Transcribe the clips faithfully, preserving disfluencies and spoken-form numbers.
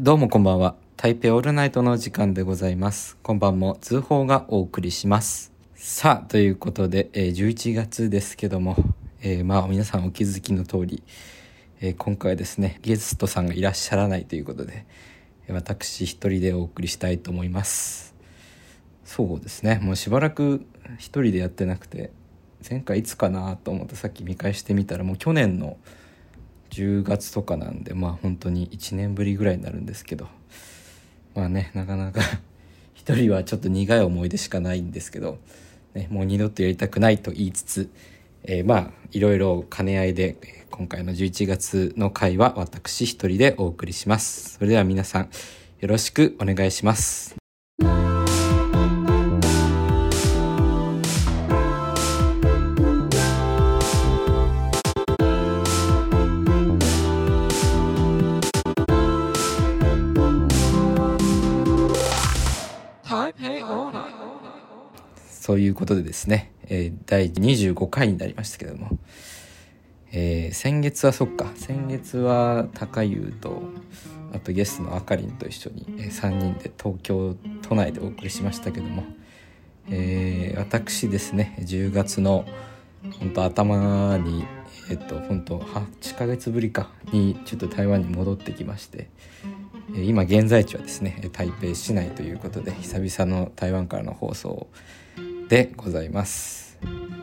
どうもこんばんは。台北オールナイトの時間でございます。今晩も通報がお送りします。さあ、ということで、えー、じゅういちがつですけども、えー、まあ皆さんお気づきの通り、えー、今回はですね、ゲストさんがいらっしゃらないということで、私一人でお送りしたいと思います。そうですね、もうしばらく一人でやってなくて、前回いつかなと思ってさっき見返してみたら、もう去年のじゅうがつとかなんで、まあ本当にいちねんぶりぐらいになるんですけど、まあね、なかなか一人はちょっと苦い思い出しかないんですけど、ね、もう二度とやりたくないと言いつつ、えー、まあいろいろ兼ね合いで今回のじゅういちがつの回は私一人でお送りします。それでは皆さんよろしくお願いします。そういうことでですね、えー、だいにじゅうごかいになりましたけども、えー、先月はそっか先月は高優とあとゲストのあかりんと一緒に、えー、さんにんで東京都内でお送りしましたけども、えー、私ですねじゅうがつの本当頭にえっと本当はちかげつぶりかにちょっと台湾に戻ってきまして、えー、今現在地はですね台北市内ということで久々の台湾からの放送でございます。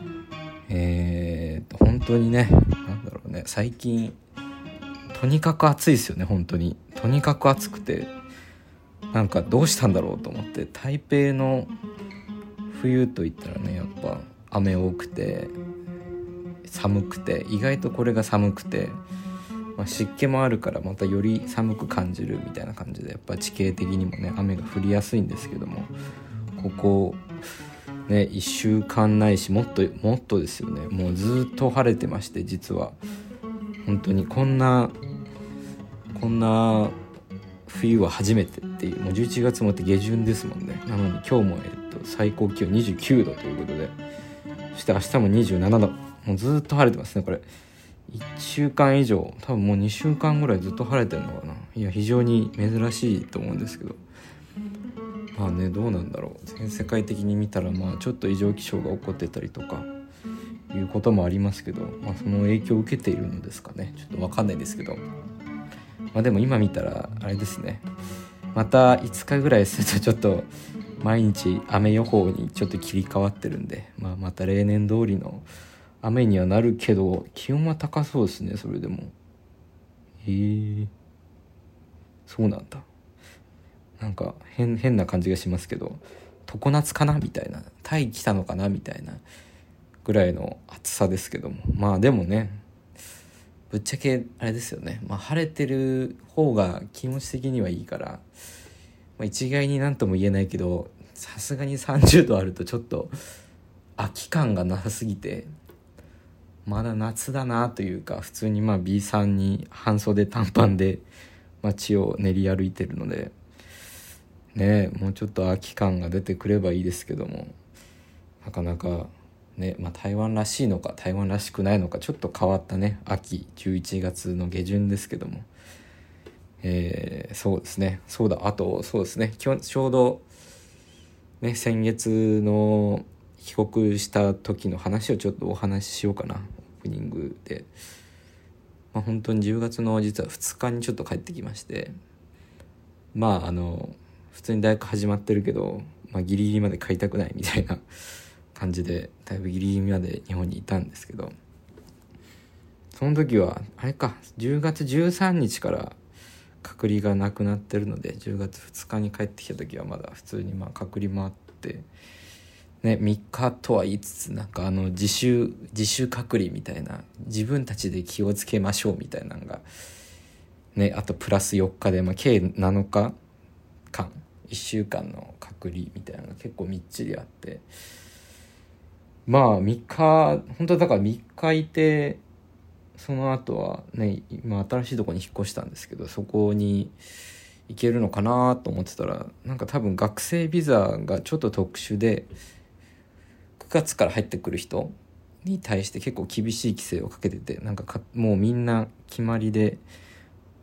えーと本当にねなんだろうね最近とにかく暑いですよね。本当にとにかく暑くてなんかどうしたんだろうと思って、台北の冬といったらねやっぱ雨多くて寒くて、意外とこれが寒くて、まあ、湿気もあるからまたより寒く感じるみたいな感じで、やっぱ地形的にもね雨が降りやすいんですけども、ここねいっしゅうかんないしもっともっとですよね。もうずっと晴れてまして、実は本当にこんなこんな冬は初めてっていう、もうじゅういちがつもって下旬ですもんね。なのに今日も、えっと、最高気温にじゅうきゅうどということで、そして明日もにじゅうななど、もうずっと晴れてますね。これいっしゅうかん以上、多分もうにしゅうかんぐらいずっと晴れてるのかな。いや非常に珍しいと思うんですけど、まあねどうなんだろう、全世界的に見たらまあちょっと異常気象が起こってたりとかいうこともありますけど、まあ、その影響を受けているのですかね、ちょっと分かんないですけど、まあでも今見たらあれですね、またいつかぐらいするとちょっと毎日雨予報にちょっと切り替わってるんで、まあ、また例年通りの雨にはなるけど気温は高そうですね。それでもへえそうなんだ。なんか 変, 変な感じがしますけど、常夏かなみたいな、タイ来たのかなみたいなぐらいの暑さですけども、まあでもねぶっちゃけあれですよね、まあ、晴れてる方が気持ち的にはいいから、まあ、一概になんとも言えないけど、さすがにさんじゅうどあるとちょっと秋感がなさすぎて、まだ夏だなというか、普通にまあ B さんに半袖短パンで街を練り歩いてるのでね、もうちょっと秋感が出てくればいいですけども、なかなかね、まあ、台湾らしいのか台湾らしくないのかちょっと変わったね秋、じゅういちがつの下旬ですけども、えー、そうですねそうだあとそうですね今日ちょうどね先月の帰国した時の話をちょっとお話ししようかな、オープニングで。まあ、本当にじゅうがつの実はふつかにちょっと帰ってきまして、まああの普通に大学始まってるけど、まあ、ギリギリまで帰りたくないみたいな感じでだいぶギリギリまで日本にいたんですけど、その時はあれかじゅうがつじゅうさんにちから隔離がなくなってるので、じゅうがつふつかに帰ってきた時はまだ普通にまあ隔離もあってね、みっかとは言いつつなんかあの自主自主隔離みたいな、自分たちで気をつけましょうみたいなのがね、あとプラスよっかで、まあ、計なのかかんいっしゅうかんの隔離みたいなのが結構みっちりあって、まあみっか本当だからみっかいて、その後はね今新しいところに引っ越したんですけど、そこに行けるのかなと思ってたら、なんか多分学生ビザがちょっと特殊でくがつから入ってくる人に対して結構厳しい規制をかけてて、なんかかもうみんな決まりで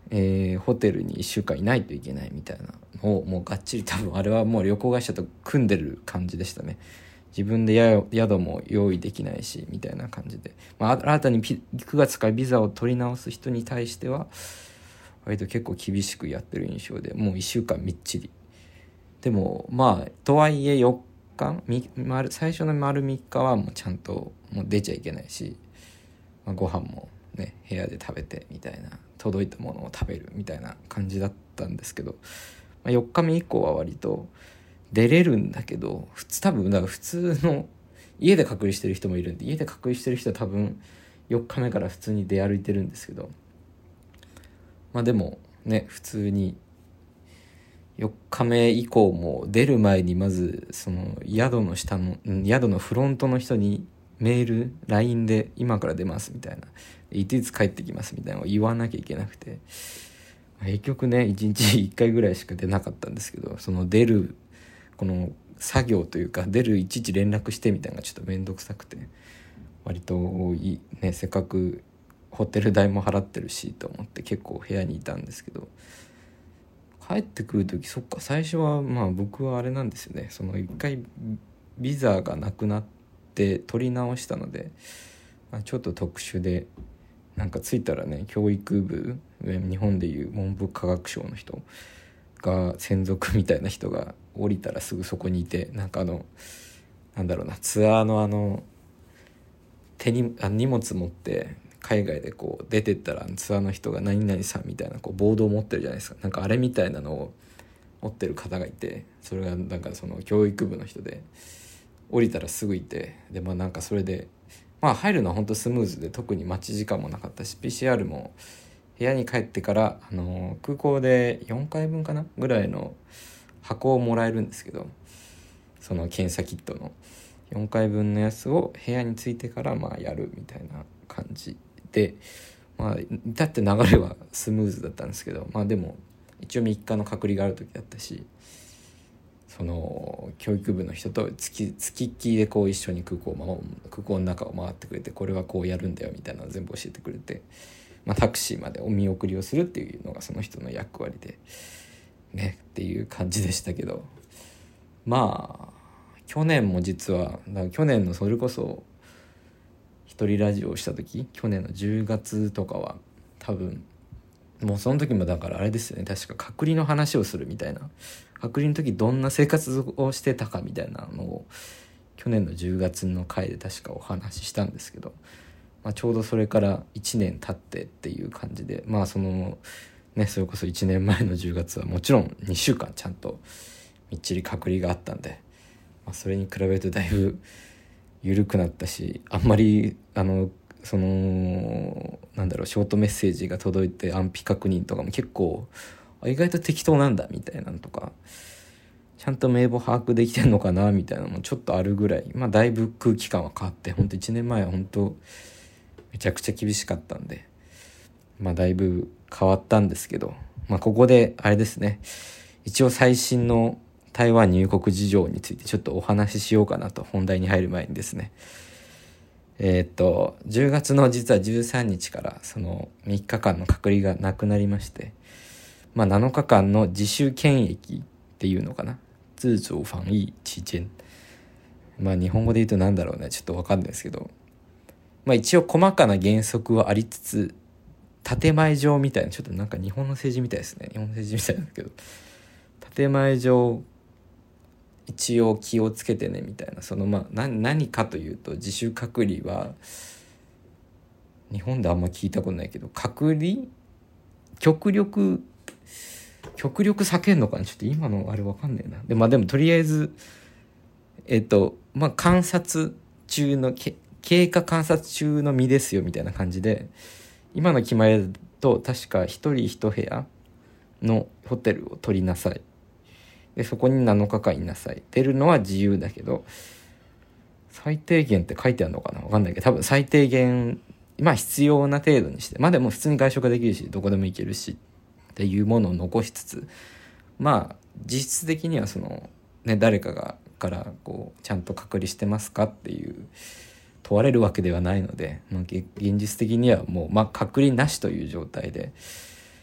えー、ホテルにいっしゅうかんいないといけないみたいなのをもうがっちり、多分あれはもう旅行会社と組んでる感じでしたね。自分でや宿も用意できないしみたいな感じで、まあ、新たにくがつからビザを取り直す人に対しては割と結構厳しくやってる印象で、もういっしゅうかんみっちり。でもまあとはいえよっか最初の丸みっかはもうちゃんともう出ちゃいけないし、まあ、ご飯もね部屋で食べてみたいな、届いたものを食べるみたいな感じだったんですけど、まあ、よっかめ以降は割と出れるんだけど、普通多分だから普通の家で隔離してる人もいるんで、家で隔離してる人は多分よっかめから普通に出歩いてるんですけど、まあでもね普通によっかめ以降も出る前にまずその宿の下の宿のフロントの人にメール ライン で今から出ますみたいな、いついつ帰ってきますみたいなのを言わなきゃいけなくて、結局ねいちにちいっかいぐらいしか出なかったんですけど、その出るこの作業というか出るいちいち連絡してみたいなのがちょっと面倒くさくて、割といい、ね、せっかくホテル代も払ってるしと思って結構部屋にいたんですけど、帰ってくる時そっか最初はまあ僕はあれなんですよね、その一回ビザがなくなって取り直したので、まあ、ちょっと特殊でなんか着いたらね教育部、日本でいう文部科学省の人が専属みたいな人が降りたらすぐそこにいて、なんかあのなんだろうなツアーのあの手にあ荷物持って海外でこう出てったらツアーの人が何々さんみたいなこうボードを持ってるじゃないですか、なんかあれみたいなのを持ってる方がいて、それがなんかその教育部の人で降りたらすぐいて、でまあなんかそれでまあ入るのは本当スムーズで特に待ち時間もなかったし、 ピーシーアール も部屋に帰ってからあの空港でよんかいぶんかなぐらいの箱をもらえるんですけど、その検査キットのよんかいぶんのやつを部屋に着いてからまあやるみたいな感じで、まあ至って流れはスムーズだったんですけど、まあでも一応みっかの隔離がある時だったし、その教育部の人とつきつきっきりでこう一緒に空港を空港の中を回ってくれて、これはこうやるんだよみたいなのを全部教えてくれて、まあ、タクシーまでお見送りをするっていうのがその人の役割でねっていう感じでしたけど、まあ去年も実はだから去年のそれこそ一人ラジオをした時、去年のじゅうがつとかは多分もうその時もだからあれですよね、確か隔離の話をするみたいな、隔離の時どんな生活をしてたかみたいなのを去年のじゅうがつの回で確かお話ししたんですけど、まあ、ちょうどそれからいちねん経ってっていう感じで、まあそのねそれこそいちねんまえのじゅうがつはもちろんにしゅうかんちゃんとみっちり隔離があったんで、まあ、それに比べるとだいぶ緩くなったし、あんまりあのそのなんだろうショートメッセージが届いて安否確認とかも結構意外と適当なんだみたいなのとか、ちゃんと名簿把握できてんのかなみたいなのもちょっとあるぐらい、まあだいぶ空気感は変わって、本当いちねんまえは本当めちゃくちゃ厳しかったんで、まあだいぶ変わったんですけど、まあここであれですね、一応最新の台湾入国事情についてちょっとお話ししようかなと、本題に入る前にですね、えー、っとじゅうがつの実はじゅうさんにちからそのみっかかんの隔離がなくなりまして、まあなのかかんの自主検疫っていうのかな、自主防疫期間、まあ日本語で言うとなんだろうね、ちょっと分かんないですけど、まあ一応細かな原則はありつつ、建前上みたいな、ちょっとなんか日本の政治みたいですね、日本の政治みたいだけど、建前上一応気をつけてねみたいな、そのまあ何何かというと、自主隔離は日本であんま聞いたことないけど、隔離極力極力避けんのかな、ちょっと今のあれ分かんないな。でまあでもとりあえずえっとまあ観察中の経過観察中の身ですよみたいな感じで、今の決まりだと確か一人一部屋のホテルを取りなさい、でそこになのかかんいなさい、出るのは自由だけど最低限って書いてあるのかな、分かんないけど、多分最低限まあ必要な程度にして、まあでも普通に外食ができるしどこでも行けるしっていうものを残しつつ、まあ実質的にはそのね誰かがからこうちゃんと隔離してますかっていう問われるわけではないので、まあ、現実的にはもう、まあ、隔離なしという状態で、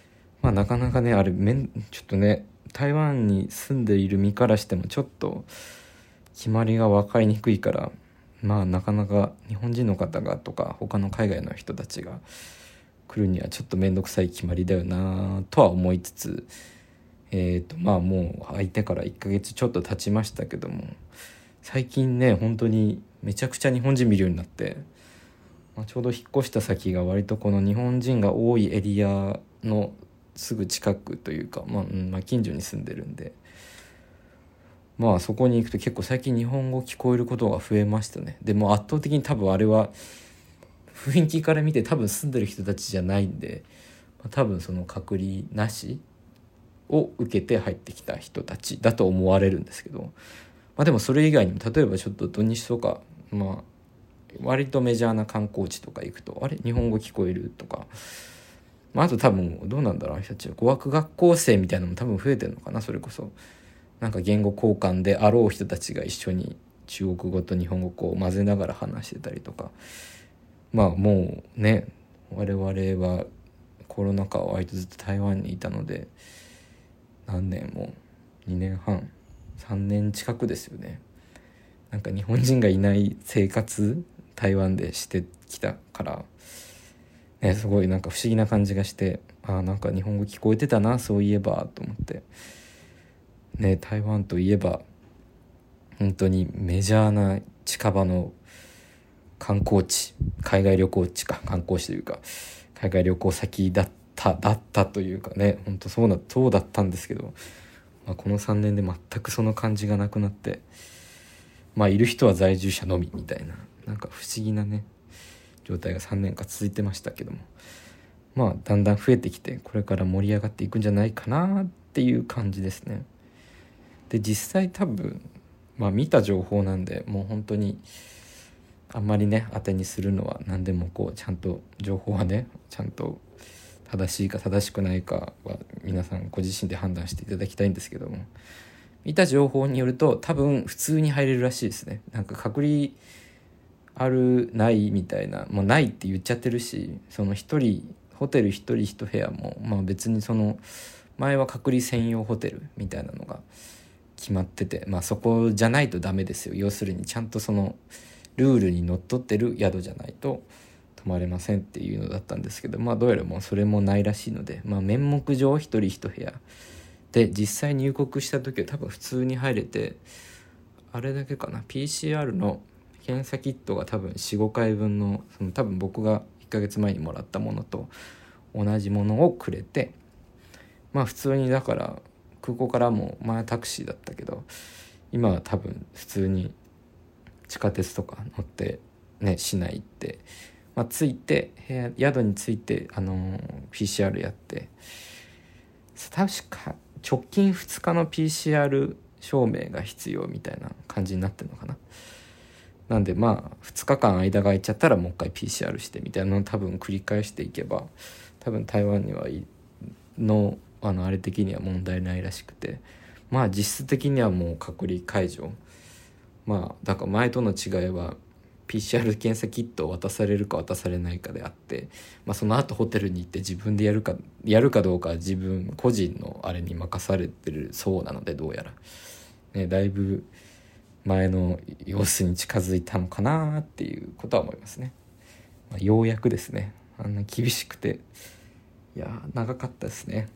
まあなかなかねあれめんちょっとね台湾に住んでいる身からしてもちょっと決まりが分かりにくいから、まあなかなか日本人の方がとか他の海外の人たちが来るにはちょっと面倒くさい決まりだよなとは思いつつ、えーとまあもう相手からいっかげつちょっと経ちましたけども、最近ね本当にめちゃくちゃ日本人見るようになって、まあ、ちょうど引っ越した先が割とこの日本人が多いエリアのすぐ近くというか、まあうんまあ、近所に住んでるんで、まあそこに行くと結構最近日本語聞こえることが増えましたね。でも圧倒的に多分あれは雰囲気から見て多分住んでる人たちじゃないんで、まあ、多分その隔離なしを受けて入ってきた人たちだと思われるんですけど、まあでもそれ以外にも例えばちょっと土日とかまあ割とメジャーな観光地とか行くとあれ日本語聞こえるとか、まあ、あと多分どうなんだろう、あの人たちは語学学校生みたいなのも多分増えてるのかな。それこそなんか言語交換であろう人たちが一緒に中国語と日本語こう混ぜながら話してたりとか、まあもうね我々はコロナ禍は割とずっと台湾にいたので何年もにねんはんさんねん近くですよね。なんか日本人がいない生活台湾でしてきたからね、すごいなんか不思議な感じがして、あなんか日本語聞こえてたなそういえばと思ってね。台湾といえば本当にメジャーな近場の観光地、海外旅行地か観光地というか海外旅行先だっただったというかね、本当そうなそうだったんですけど、まあ、このさんねんで全くその感じがなくなって、まあいる人は在住者のみみたいな、なんか不思議なね状態がさんねんかん続いてましたけども、まあだんだん増えてきてこれから盛り上がっていくんじゃないかなっていう感じですね。で実際多分まあ見た情報なんでもう本当にあんまりね当てにするのは何でもこうちゃんと情報はねちゃんと正しいか正しくないかは皆さんご自身で判断していただきたいんですけども、見た情報によると多分普通に入れるらしいですね。なんか隔離あるないみたいな、もうないって言っちゃってるし、その一人ホテル一人一部屋もまあ別にその前は隔離専用ホテルみたいなのが決まってて、まあそこじゃないとダメですよ。要するにちゃんとそのルールにのっとってる宿じゃないと泊まれませんっていうのだったんですけど、まあどうやらもうそれもないらしいので、まあ面目上一人一部屋で実際入国した時は多分普通に入れて、あれだけかな ピーシーアール の検査キットが多分 よん,ご 回分の、その多分僕がいっかげつまえにもらったものと同じものをくれて、まあ普通にだから空港からも前はタクシーだったけど今は多分普通に地下鉄とか乗ってね市内行って、まあ、着いて部屋宿に着いてあのー、ピーシーアール やって、確か直近ふつかの ピーシーアール 証明が必要みたいな感じになってるのかな。なんでまあふつかかん間が空いちゃったらもう一回 ピーシーアール してみたいなのを多分繰り返していけば多分台湾にはいのあのあれ的には問題ないらしくて、まあ実質的にはもう隔離解除、まあだから前との違いは ピーシーアール 検査キットを渡されるか渡されないかであって、まあ、その後ホテルに行って自分でやるかやるかどうかは自分個人のあれに任されてるそうなので、どうやらねだいぶ前の様子に近づいたのかなっていうことは思いますね。まあ、ようやくですね。あんな厳しくていや長かったですね。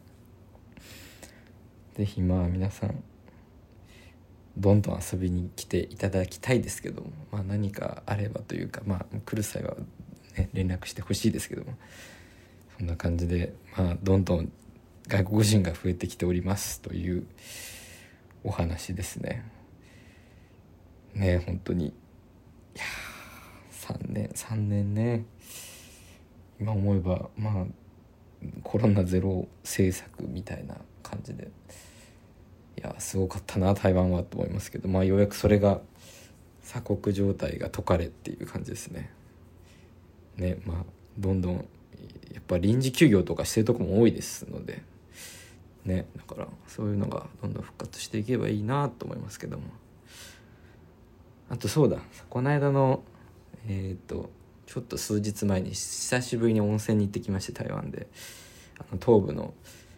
ぜひまあ皆さんどんどん遊びに来ていただきたいですけども、まあ、何かあればというか、まあ、来る際は、ね、連絡してほしいですけども、そんな感じで、まあ、どんどん外国人が増えてきておりますというお話ですね。ね本当にいやさんねんさんねんね、今思えばまあコロナゼロ政策みたいな感じで、いやすごかったな台湾はと思いますけど、まあようやくそれが鎖国状態が解かれっていう感じですね。ねまあどんどんやっぱ臨時休業とかしてるとこも多いですのでね、だからそういうのがどんどん復活していけばいいなと思いますけども、あとそうだこの間のえっとちょっと数日前に久しぶりに温泉に行ってきまして、台湾であの東部の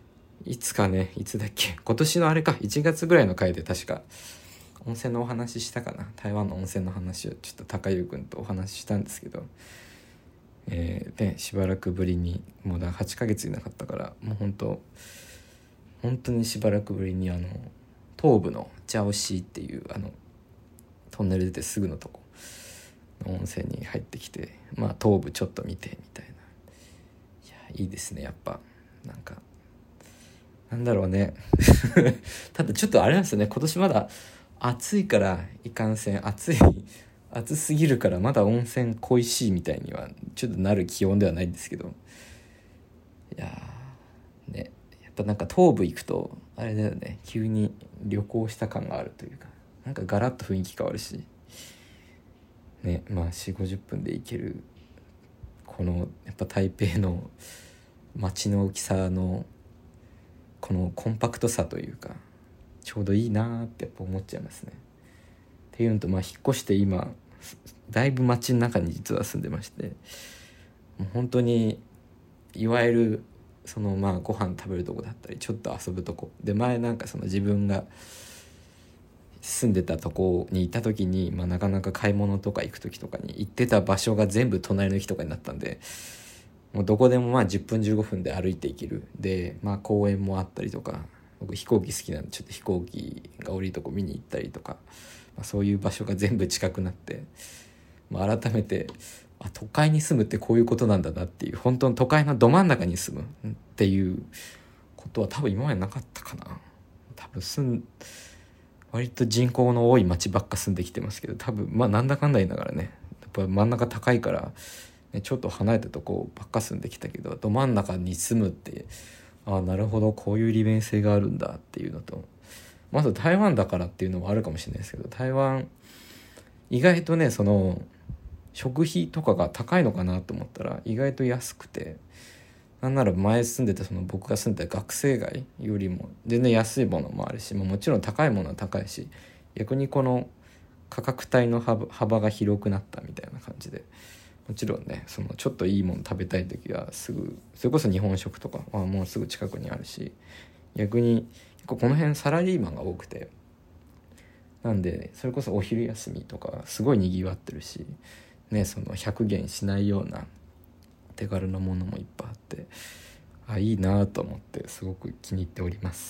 いつかね、いつだっけ、今年のあれか、いちがつぐらいの回で確か温泉のお話ししたかな、台湾の温泉の話をちょっと高優くんとお話ししたんですけど、えー、でしばらくぶりに、もうだはちかげついなかったから、もう本当本当にしばらくぶりにあの東部のジャオシーっていうあのトンネル出てすぐのとこの温泉に入ってきて、まあ東部ちょっと見てみたいな。いやいいですね、やっぱなんかなんだろうねただちょっとあれなんですよね、今年まだ暑いからいかんせん、暑い暑すぎるからまだ温泉恋しいみたいにはちょっとなる気温ではないんですけど、いやーね、やっぱなんか東部行くとあれだよね、急に旅行した感があるというか、なんかガラッと雰囲気変わるしね、まあ よんじゅうごじゅっぷんで行けるこのやっぱ台北の街の大きさのこのコンパクトさというか、ちょうどいいなってやっぱ思っちゃいますね。っていうのと、まあ引っ越して今だいぶ街の中に実は住んでまして、もう本当にいわゆるそのまあご飯食べるとこだったりちょっと遊ぶとこで、前なんかその自分が住んでたとこにいた時に、まあ、なかなか買い物とか行く時とかに行ってた場所が全部隣の駅とかになったんで、もうどこでもまあじゅっぷんじゅうごふんで歩いて行ける。で、まあ公園もあったりとか、僕飛行機好きなんでちょっと飛行機が降りるとこ見に行ったりとか、まあ、そういう場所が全部近くなって、まあ、改めてあ都会に住むってこういうことなんだなっていう、本当の都会のど真ん中に住むっていうことは多分今までなかったかな。多分住ん割と人口の多い町ばっか住んできてますけど、多分まあなんだかんだ言いながらね、やっぱ真ん中高いから、ね、ちょっと離れたとこばっか住んできたけど、ど真ん中に住むって、ああなるほどこういう利便性があるんだっていうのと、まず台湾だからっていうのもあるかもしれないですけど、台湾意外とねその食費とかが高いのかなと思ったら意外と安くて、なんなら前住んでたその僕が住んでた学生街よりも全然安いものもあるし、もちろん高いものは高いし、逆にこの価格帯の幅幅が広くなったみたいな感じで、もちろんねそのちょっといいもの食べたい時はすぐ、それこそ日本食とかはもうすぐ近くにあるし、逆に結構この辺サラリーマンが多くて、なんでそれこそお昼休みとかすごい賑わってるしね、そのひゃくげんしないような手軽なものもいっぱいあって、あいいなと思ってすごく気に入っております。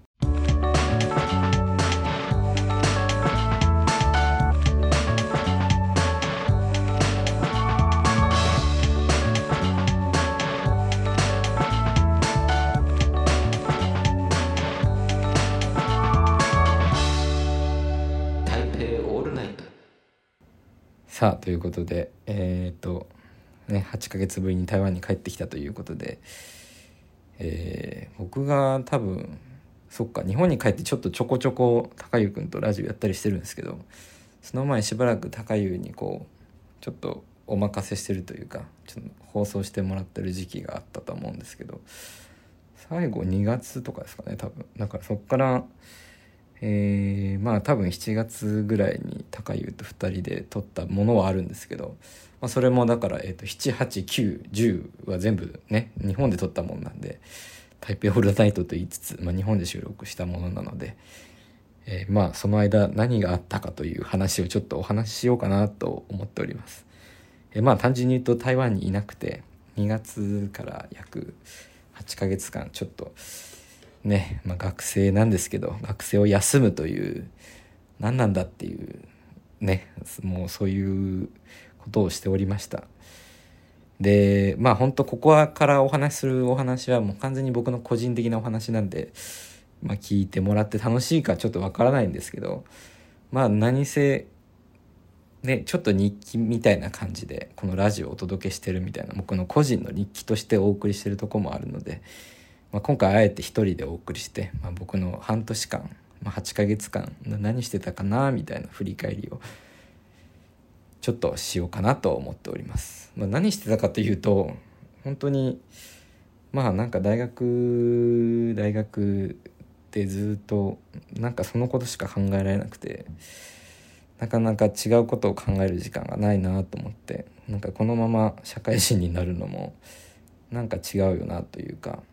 さあということでえっ、ー、とねはちかげつぶりに台湾に帰ってきたということで、えー、僕が多分そっか日本に帰ってちょっとちょこちょこ高優くんとラジオやったりしてるんですけど、その前しばらく高優にこうちょっとお任せしてるというか、ちょっと放送してもらってる時期があったと思うんですけど、最後にがつとかですかね多分。だからそっからえー、まあ多分しちがつぐらいに高優とふたりで撮ったものはあるんですけど、まあ、それもだから、えー、となな、はち、きゅう、じゅうは全部ね日本で撮ったものなんで、台北オールナイトと言いつつ、まあ、日本で収録したものなので、えー、まあその間何があったかという話をちょっとお話ししようかなと思っております。えー、まあ単純に言うと台湾にいなくてにがつから約はちかげつかんちょっとね、まあ、学生なんですけど学生を休むという何なんだっていうね、もうそういうことをしておりました。でまあ本当ここからお話しするお話はもう完全に僕の個人的なお話なんで、まあ、聞いてもらって楽しいかちょっとわからないんですけど、まあ何せねちょっと日記みたいな感じでこのラジオをお届けしてるみたいな、僕の個人の日記としてお送りしてるとこもあるので、まあ、今回あえて一人でお送りして、まあ、僕の半年間、まあ、はちかげつかん何してたかなみたいな振り返りをちょっとしようかなと思っております。まあ、何してたかというと本当にまあなんか大学大学でずっとなんかそのことしか考えられなくて、なかなか違うことを考える時間がないなと思って、なんかこのまま社会人になるのもなんか違うよなというか、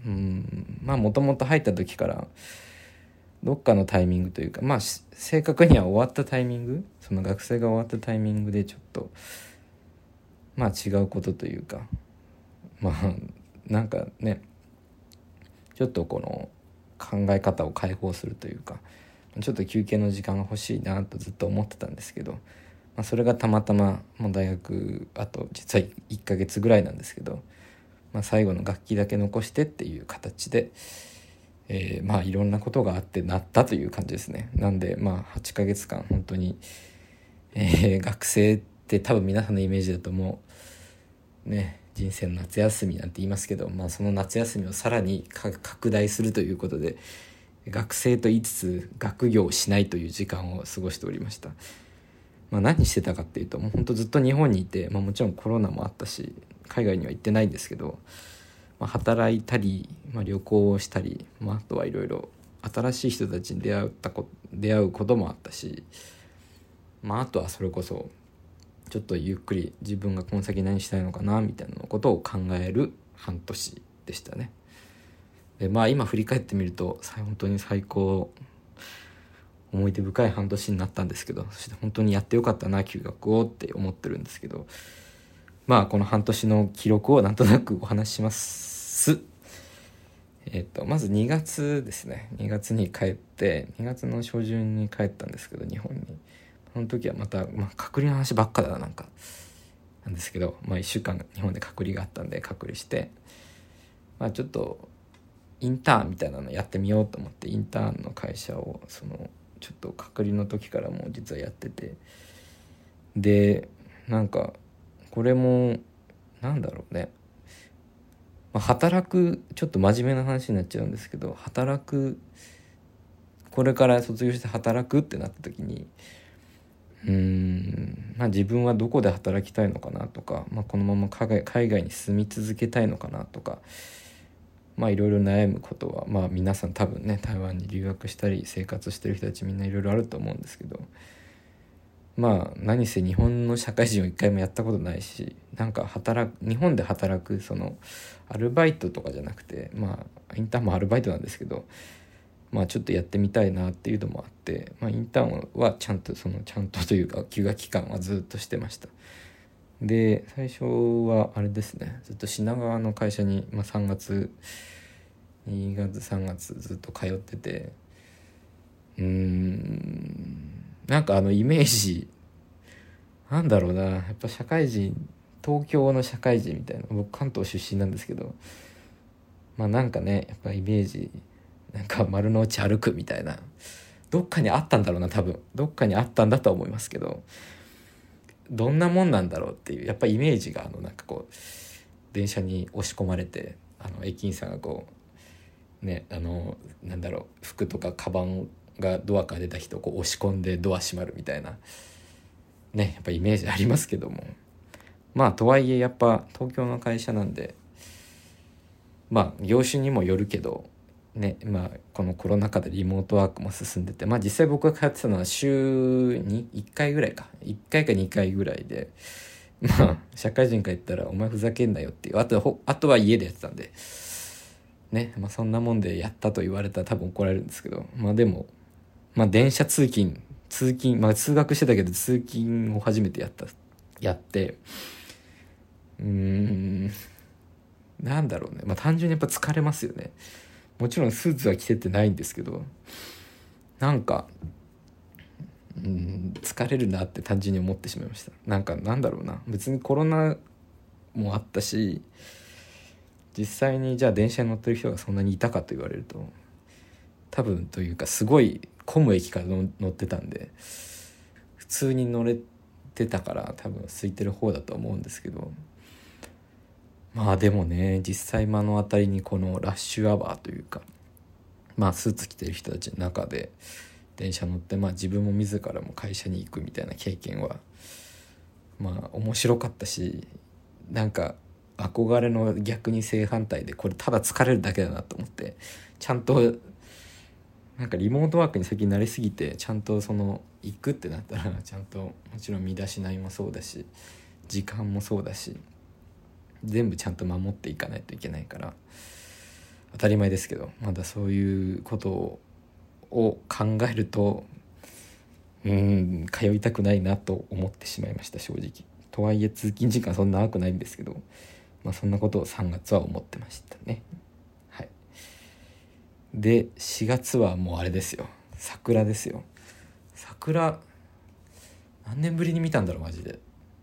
うんまあもともと入った時からどっかのタイミングというか、まあ正確には終わったタイミング、その学生が終わったタイミングでちょっとまあ違うことというか、まあなんかねちょっとこの考え方を解放するというか、ちょっと休憩の時間が欲しいなとずっと思ってたんですけど、まあ、それがたまたまもう大学あと実はいっかげつぐらいなんですけど、まあ、最後の楽器だけ残してっていう形で、えー、まあいろんなことがあってなったという感じですね。なんでまあはちかげつかん本当に、えー、学生って多分皆さんのイメージだともうね人生の夏休みなんて言いますけど、まあ、その夏休みをさらに拡大するということで学生と言いつつ学業をしないという時間を過ごしておりました。まあ、何してたかっていうともう本当ずっと日本にいて、まあ、もちろんコロナもあったし海外には行ってないんですけど、まあ、働いたり、まあ、旅行をしたり、まあ、あとはいろいろ新しい人たちに出会ったこ出会うこともあったし、まあ、あとはそれこそちょっとゆっくり自分がこの先何したいのかなみたいなことを考える半年でしたね。でまあ今振り返ってみると本当に最高思い出深い半年になったんですけど、そして本当にやってよかったな休学をって思ってるんですけど、まあこの半年の記録をなんとなくお話しします。えっとまずにがつですね。にがつに帰ってにがつの初旬に帰ったんですけど日本に。その時はまた、まあ、隔離の話ばっかだななんかなんですけど、まあ、いっしゅうかん日本で隔離があったんで隔離して、まあ、ちょっとインターンみたいなのやってみようと思ってインターンの会社をそのちょっと隔離の時からも実はやってて、でなんかこれもなんだろうね、まあ、働くちょっと真面目な話になっちゃうんですけど、働くこれから卒業して働くってなった時にうーん、まあ、自分はどこで働きたいのかなとか、まあ、このまま海外、海外に住み続けたいのかなとか、まあいろいろ悩むことは、まあ皆さん多分ね台湾に留学したり生活してる人たちみんないろいろあると思うんですけど、まあ何せ日本の社会人を一回もやったことないし、なんか働く日本で働くそのアルバイトとかじゃなくて、まあインターンもアルバイトなんですけど、まあちょっとやってみたいなっていうのもあって、まあ、インターンはちゃんとそのちゃんとというか休学期間はずっとしてました。で最初はあれですね、ずっと品川の会社に、まあ、さんがつにがつさんがつずっと通ってて、うーんなんかあのイメージなんだろうな、やっぱ社会人東京の社会人みたいな、僕関東出身なんですけど、まあなんかねやっぱイメージなんか丸の内歩くみたいなどっかにあったんだろうな、多分どっかにあったんだとは思いますけど、どんなもんなんだろうっていうやっぱイメージがあのなんかこう電車に押し込まれて、あの駅員さんがこうねあのなんだろう服とかカバンがドアから出た人をこう押し込んでドア閉まるみたいなねやっぱイメージありますけども、まあとはいえやっぱ東京の会社なんで、まあ業種にもよるけどね、まあこのコロナ禍でリモートワークも進んでて、まあ実際僕が通ってたのは週にいっかいぐらいかいっかいかにかいぐらいで、まあ社会人から言ったらお前ふざけんなよっていう、あとほあとは家でやってたんでね、まあそんなもんでやったと言われたら多分怒られるんですけど、まあでもまあ電車通勤通勤まあ通学してたけど通勤を初めてやったやってうーんなんだろうね、まあ単純にやっぱ疲れますよね。もちろんスーツは着てってないんですけど、なんかうん疲れるなって単純に思ってしまいました。なんかなんだろうな、別にコロナもあったし実際にじゃあ電車に乗ってる人がそんなにいたかと言われると多分というかすごい混む駅から乗ってたんで普通に乗れてたから多分空いてる方だと思うんですけど、まあでもね実際目の当たりにこのラッシュアワーというか、まあスーツ着てる人たちの中で電車乗って、まあ自分も自らも会社に行くみたいな経験はまあ面白かったし、なんか憧れの逆に正反対でこれただ疲れるだけだなと思って、ちゃんとなんかリモートワークに先に慣れすぎてちゃんとその行くってなったらちゃんともちろん身だしなみもそうだし時間もそうだし全部ちゃんと守っていかないといけないから、 当たり前ですけど、まだそういうことを考えるとうーん通いたくないなと思ってしまいました、正直。とはいえ通勤時間そんな長くないんですけど、まあ、そんなことをさんがつは思ってましたね。はい。でしがつはもうあれですよ、桜ですよ。桜何年ぶりに見たんだろうマジで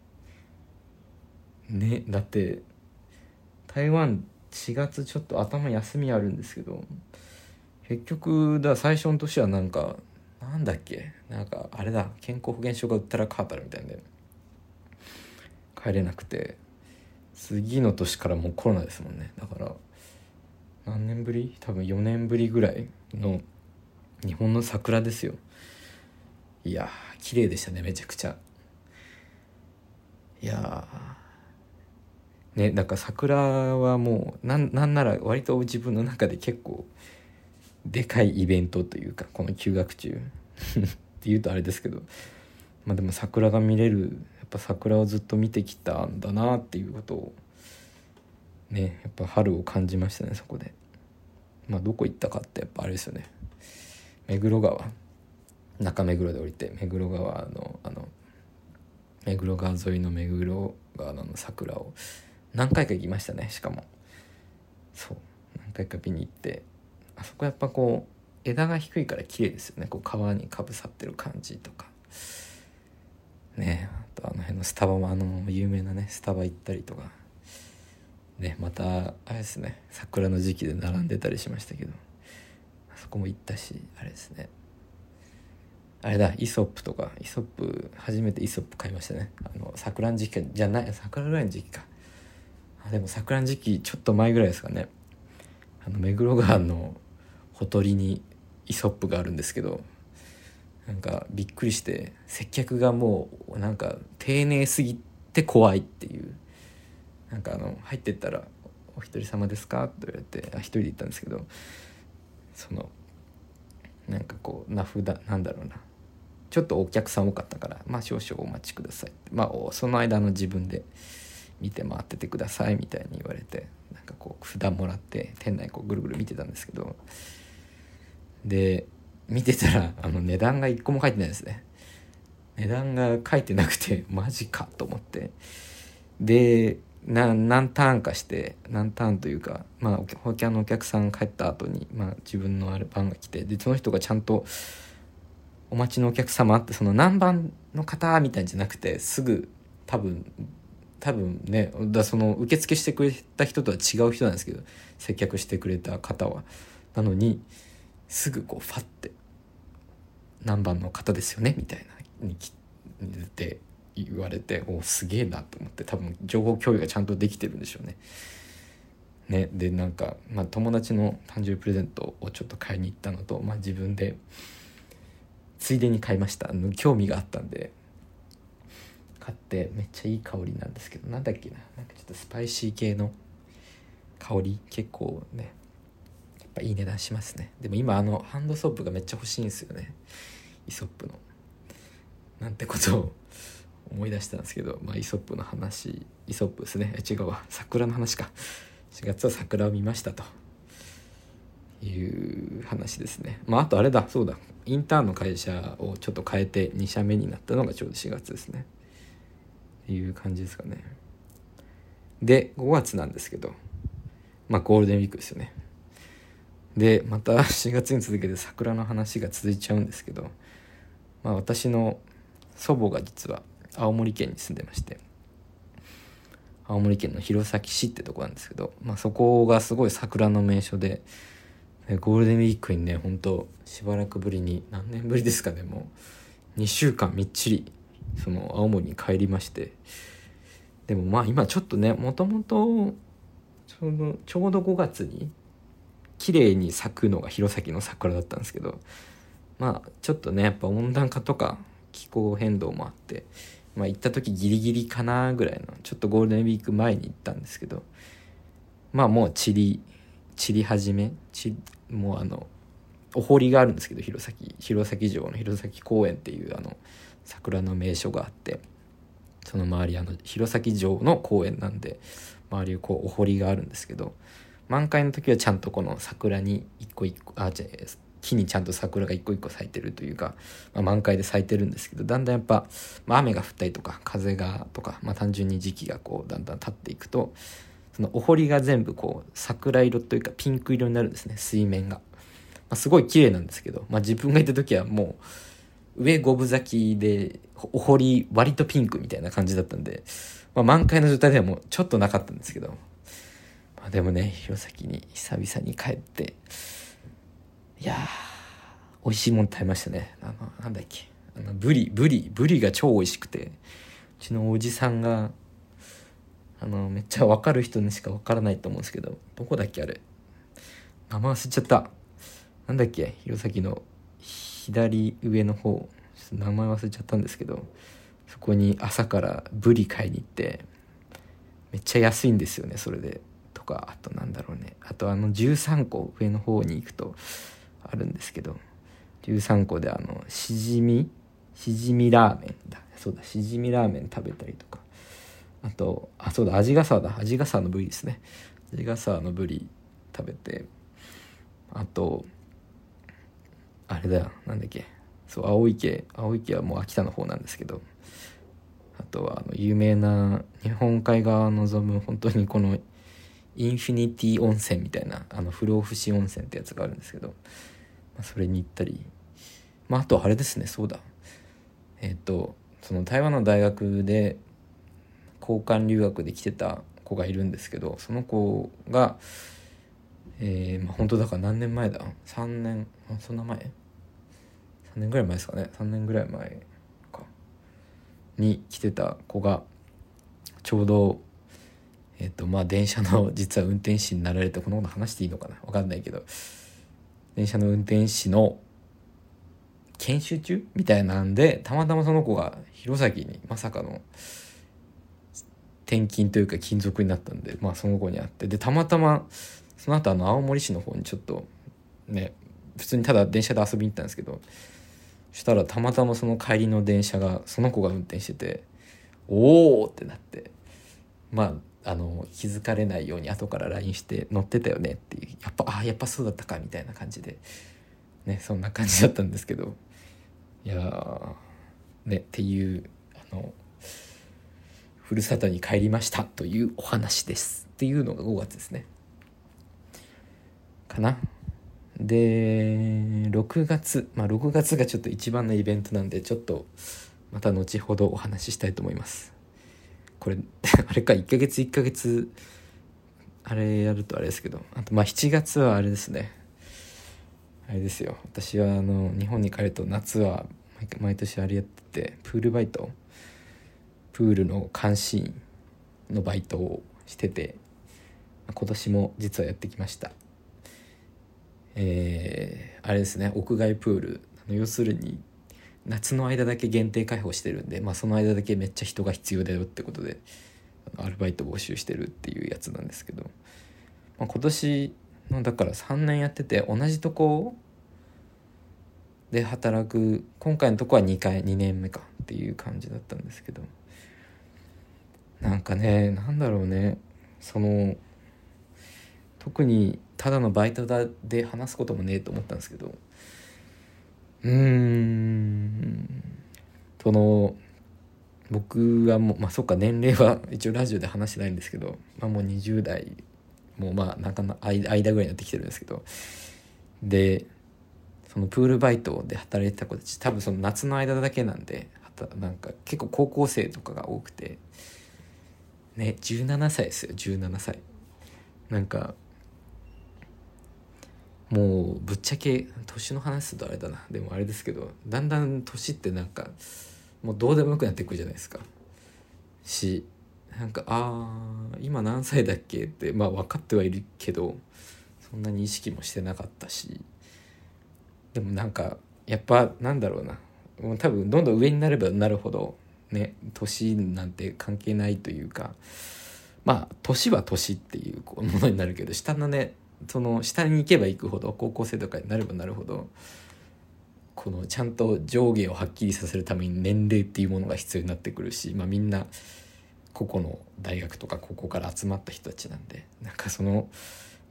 ね。だって台湾しがつちょっと頭休みあるんですけど、結局だ最初の年はなんかなんだっけなんかあれだ健康保険証が売ったらカータルみたいで帰れなくて、次の年からもうコロナですもんね。だから何年ぶり、多分よねんぶりぐらいの日本の桜ですよ。いやー綺麗でしたね、めちゃくちゃ。いやーね、だから桜はもうなんなんなら割と自分の中で結構でかいイベントというか、この休学中っていうとあれですけど、まあでも桜が見れる、やっぱ桜をずっと見てきたんだなっていうことをね、やっぱ春を感じましたね、そこで。まあどこ行ったかってやっぱあれですよね、目黒川、中目黒で降りて目黒川のあの目黒川沿いの目黒川の桜を何回か行きましたね。しかもそう何回か見に行って、あそこやっぱこう枝が低いから綺麗ですよね、こう川にかぶさってる感じとかね。あとあの辺のスタバもあの有名なねスタバ行ったりとかね、またあれですね桜の時期で並んでたりしましたけど、あそこも行ったし、あれですね、あれだイソップとか、イソップ初めてイソップ買いましたね。あの桜の時期じゃない、桜ぐらいの時期か。あでも桜の時期ちょっと前ぐらいですかね。あの目黒川のほとりにイソップがあるんですけど、なんかびっくりして、接客がもうなんか丁寧すぎて怖いっていう。なんかあの入ってったらお一人様ですかと言われて、あ一人で行ったんですけど、そのなんかこう名札なんだろうな、ちょっとお客さん多かったから、まあ少々お待ちください、まあその間の自分で見て回っててくださいみたいに言われて、なんかこう札もらって店内こうぐるぐる見てたんですけど、で見てたらあの値段がいっこも書いてないですね。値段が書いてなくてマジかと思って、でな何ターンかして何ターンというか、まあ他のお客さん帰った後に、まあ、自分のある番が来て、でその人がちゃんとお待ちのお客様って、その何番の方みたいじゃなくて、すぐ多分多分ねだその受付してくれた人とは違う人なんですけど、接客してくれた方はなのにすぐこうファって何番の方ですよねみたいなに来て言われて、おすげえなと思って、多分情報共有がちゃんとできてるんでしょうね。ねでなんか、まあ、友達の誕生日プレゼントをちょっと買いに行ったのと、まあ、自分でついでに買いました。興味があったんで買って、めっちゃいい香りなんですけど、なんだっけな、なんかちょっとスパイシー系の香り、結構ねやっぱいい値段しますね。でも今あのハンドソープがめっちゃ欲しいんですよね、イソップの。なんてことを思い出したんですけど、まあイソップの話、イソップですね、違うわ、桜の話か。しがつは桜を見ましたという話ですね。まああとあれだ、そうだ、インターンの会社をちょっと変えてに社目になったのがちょうどしがつですねっていう感じですかね。でごがつなんですけど、まあゴールデンウィークですよね。でまたしがつに続けて桜の話が続いちゃうんですけど、まあ私の祖母が実は青森県に住んでまして、青森県の弘前市ってとこなんですけど、まあ、そこがすごい桜の名所で、ゴールデンウィークにね、ほんとしばらくぶりに、何年ぶりですかね、もうにしゅうかんみっちりその青森に帰りまして、でもまあ今ちょっとね、もともとちょうどちょうどごがつに綺麗に咲くのが弘前の桜だったんですけど、まあちょっとねやっぱ温暖化とか気候変動もあって、まあ行った時ギリギリかなぐらいの、ちょっとゴールデンウィーク前に行ったんですけど、まあもう散り散り始めちもうあのお堀があるんですけど、弘前弘前城の弘前公園っていうあの桜の名所があって、その周りあの弘前城の公園なんで周りをこうお堀があるんですけど、 満開の時はちゃんとこの桜に一個一個あじゃ木にちゃんと桜が一個一個咲いてるというか、まあ、満開で咲いてるんですけど、だんだんやっぱ、まあ、雨が降ったりとか風がとか、まあ、単純に時期がこうだんだん経っていくと、そのお堀が全部こう桜色というかピンク色になるんですね、水面が。まあ、すごい綺麗なんですけど、まあ、自分がいた時はもう上五分咲きでお堀割とピンクみたいな感じだったんで、まあ、満開の状態ではもうちょっとなかったんですけど、まあ、でもね弘前に久々に帰って、いやー美味しいもの食べましたね。あのなんだっけあのブリブリブリが超美味しくて、うちのおじさんがあのめっちゃ分かる人にしか分からないと思うんですけど、どこだっけあれ、名前忘れちゃった。なんだっけ弘前の左上の方、ちょっと名前忘れちゃったんですけど、そこに朝からブリ買いに行って、めっちゃ安いんですよねそれで。とかあとなんだろうね、あとあのじゅうさんこ上の方に行くとあるんですけど、じゅうさんこであのしじみしじみラーメンだそうだしじみラーメン食べたりとか、あとあそうだ味ヶ沢だ味ヶ沢のブリですね味ヶ沢のブリ食べて、あとあれだよなんだっけそう青池青池はもう秋田の方なんですけど、あとはあの有名な日本海側を望む本当にこのインフィニティ温泉みたいなあの不老不死温泉ってやつがあるんですけど、まあ、それに行ったり、まあ、あとあれですねそうだえっとその台湾の大学で交換留学で来てた子がいるんですけど、その子がえー、まあ本当だから何年前ださんねんあそんな前さんねんぐらい前ですかねさんねんぐらい前かに来てた子がちょうどえっとまあ電車の実は運転士になられて、このこと話していいのかな分かんないけど、電車の運転士の研修中みたいなんで、たまたまその子が弘前にまさかの転勤というか勤続になったんで、まあその子に会って、でたまたまその後あの青森市の方にちょっとね普通にただ電車で遊びに行ったんですけど、そしたらたまたまその帰りの電車がその子が運転してて、おーってなって、まああの気づかれないように後から ライン して乗ってたよねっていう、やっぱあやっぱそうだったかみたいな感じでね、そんな感じだったんですけど、いやーねっていうあのふるさとに帰りましたというお話ですっていうのがごがつですねかな。でろくがつまあろくがつがちょっと一番のイベントなんで、ちょっとまた後ほどお話ししたいと思います。これあれかいっかげついっかげつあれやるとあれですけど、あとまあしちがつはあれですね、あれですよ、私はあの日本に帰ると夏は毎年あれやってて、プールバイトプールの監視員のバイトをしてて、今年も実はやってきました。えー、あれですね屋外プール、要するに夏の間だけ限定開放してるんで、まあ、その間だけめっちゃ人が必要だよってことでアルバイト募集してるっていうやつなんですけど、まあ、今年のだからさんねんやってて同じとこで働く、今回のとこはにかいにねんめかっていう感じだったんですけど、なんかねなんだろうね、その特にただのバイトだで話すこともねえと思ったんですけど、うーんその僕はもうまあそっか年齢は一応ラジオで話してないんですけど、まあ、もうにじゅう代もうまあなかなか間ぐらいになってきてるんですけど、でそのプールバイトで働いてた子たち多分その夏の間だけなんで、なんか結構高校生とかが多くてね、じゅうななさいですよじゅうななさい。なんかもうぶっちゃけ年の話するとあれだな、でもあれですけど、だんだん年ってなんかもうどうでもよくなってくるじゃないですか。しなんかあー今何歳だっけってまあ分かってはいるけどそんなに意識もしてなかったし、でもなんかやっぱなんだろうな、もう多分どんどん上になればなるほどね年なんて関係ないというか、まあ年は年っていうものになるけど、下のねその下に行けば行くほど高校生とかになればなるほどこのちゃんと上下をはっきりさせるために年齢っていうものが必要になってくるし、まあみんな個々の大学とかここから集まった人たちなんで、なんかその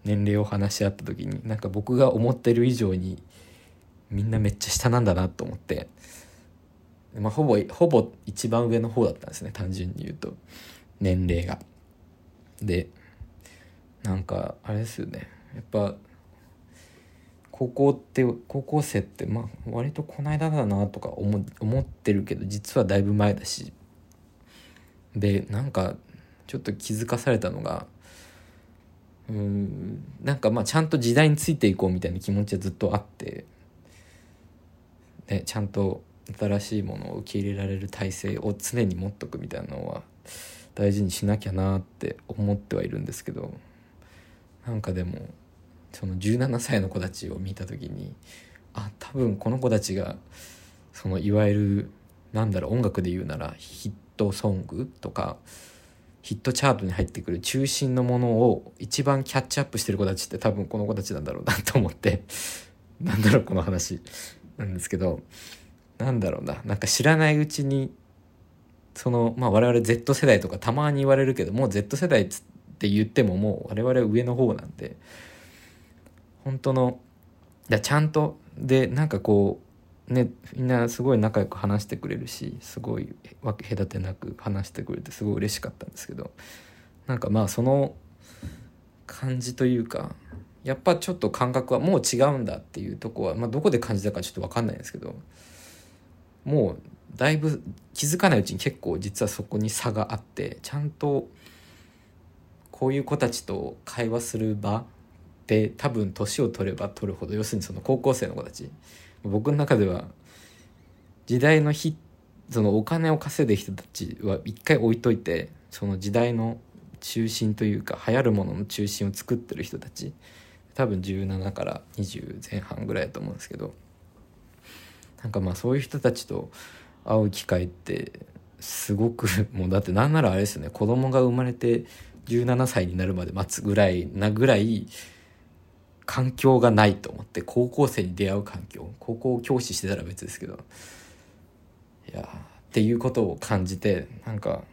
年齢を話し合った時になんか僕が思ってる以上にみんなめっちゃ下なんだなと思って、まあ、ほぼほぼ一番上の方だったんですね、単純に言うと年齢が。でなんかあれですよね、やっぱ高校って高校生ってまあ割とこの間だなとか思思ってるけど実はだいぶ前だし、でなんかちょっと気づかされたのが、うーんなんかまあちゃんと時代についていこうみたいな気持ちはずっとあって、ね、ちゃんと新しいものを受け入れられる体制を常に持っとくみたいなのは大事にしなきゃなって思ってはいるんですけど、なんかでもそのじゅうななさいの子たちを見た時に、あ多分この子たちがそのいわゆるなんだろう音楽で言うならヒットソングとかヒットチャートに入ってくる中心のものを一番キャッチアップしてる子たちって多分この子たちなんだろうなと思ってなんだろうこの話なんですけど、なんだろうななんか知らないうちにそのまあ我々 Z 世代とかたまに言われるけど、もう Z 世代って言ってももう我々は上の方なんで、本当のだちゃんとでなんかこうねみんなすごい仲良く話してくれるし、すごい分け隔てなく話してくれてすごい嬉しかったんですけど、なんかまあその感じというかやっぱちょっと感覚はもう違うんだっていうとこは、まあ、どこで感じたかちょっと分かんないんですけど、もうだいぶ気づかないうちに結構実はそこに差があって、ちゃんとこういう子たちと会話する場で多分年を取れば取るほど、要するにその高校生の子たち、僕の中では時代の日そのお金を稼いでる人たちは一回置いといて、その時代の中心というか流行るものの中心を作ってる人たち、多分じゅうななからにじゅう前半ぐらいだと思うんですけど、なんかまあそういう人たちと会う機会ってすごくもうだってなんならあれですよね、子供が生まれてじゅうななさいになるまで待つぐらいなぐらい環境がないと思って、高校生に出会う環境、高校教師してたら別ですけど、いやっていうことを感じて、なんか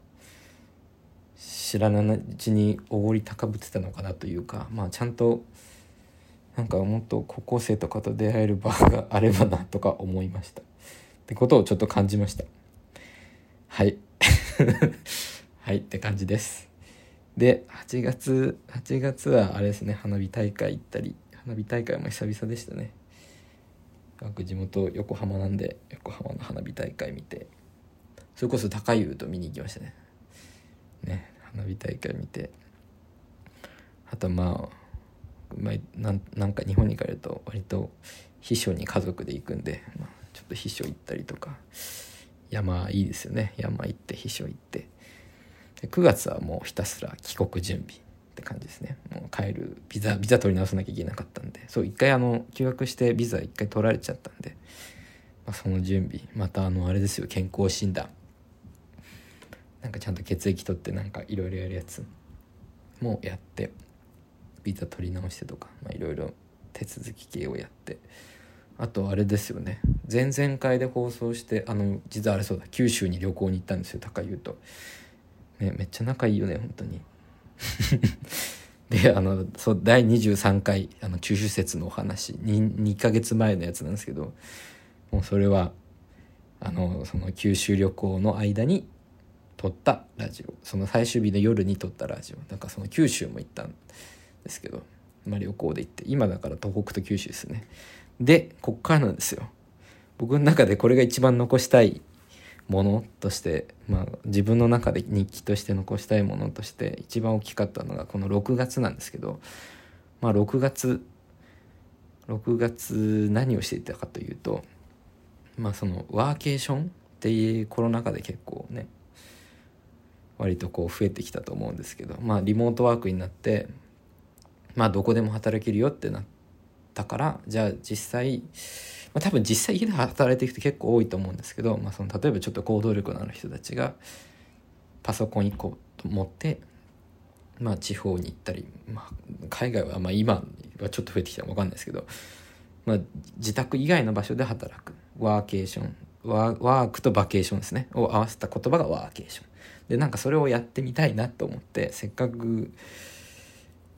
知らないうちにおごり高ぶってたのかなというか、まあちゃんとなんかもっと高校生とかと出会える場があればなとか思いましたってことをちょっと感じました。はいはいって感じです。ではちがつはちがつはあれですね、花火大会行ったり、花火大会も久々でしたね。僕地元横浜なんで横浜の花火大会見て、それこそ高湯と見に行きましたね。ね花火大会見て、あとまあまあ、なんなんか日本に帰ると割と避暑に家族で行くんで、まあ、ちょっと避暑行ったりとか、山いいですよね、山行って避暑行って、でくがつはもうひたすら帰国準備って感じですね。もう帰るビザビザ取り直さなきゃいけなかったんで、そう一回あの休学してビザ一回取られちゃったんで、まあ、その準備、またあのあれですよ、健康診断、なんかちゃんと血液取ってなんかいろいろやるやつもやって、ビザ取り直してとかいろいろ手続き系をやって、あとあれですよね、前々回で放送してあの実はあれそうだ、九州に旅行に行ったんですよ、高湯と、ね、めっちゃ仲いいよね本当にであのそうだいにじゅうさんかいあの中秋節のお話 2, 2ヶ月前のやつなんですけど、もうそれはあのその九州旅行の間に撮ったラジオ、その最終日の夜に撮ったラジオ、なんかその九州も行ったんですけど、まあ、旅行で行って、今だから東北と九州ですね。でこっからなんですよ、僕の中でこれが一番残したいものとして、まあ、自分の中で日記として残したいものとして一番大きかったのがこのろくがつなんですけど、まあろくがつろくがつ何をしていたかというと、まあそのワーケーションっていうコロナ禍で結構ね割とこう増えてきたと思うんですけど、まあリモートワークになって、まあどこでも働けるよってなったから、じゃあ実際、まあ、多分実際家で働いていく人結構多いと思うんですけど、まあ、その例えばちょっと行動力のある人たちがパソコンいっこと持って、まあ、地方に行ったり、まあ、海外はまあ今はちょっと増えてきたら分かんないですけど、まあ、自宅以外の場所で働くワーケーション、ワー、ワークとバケーションですねを合わせた言葉がワーケーションで、なんかそれをやってみたいなと思って、せっかく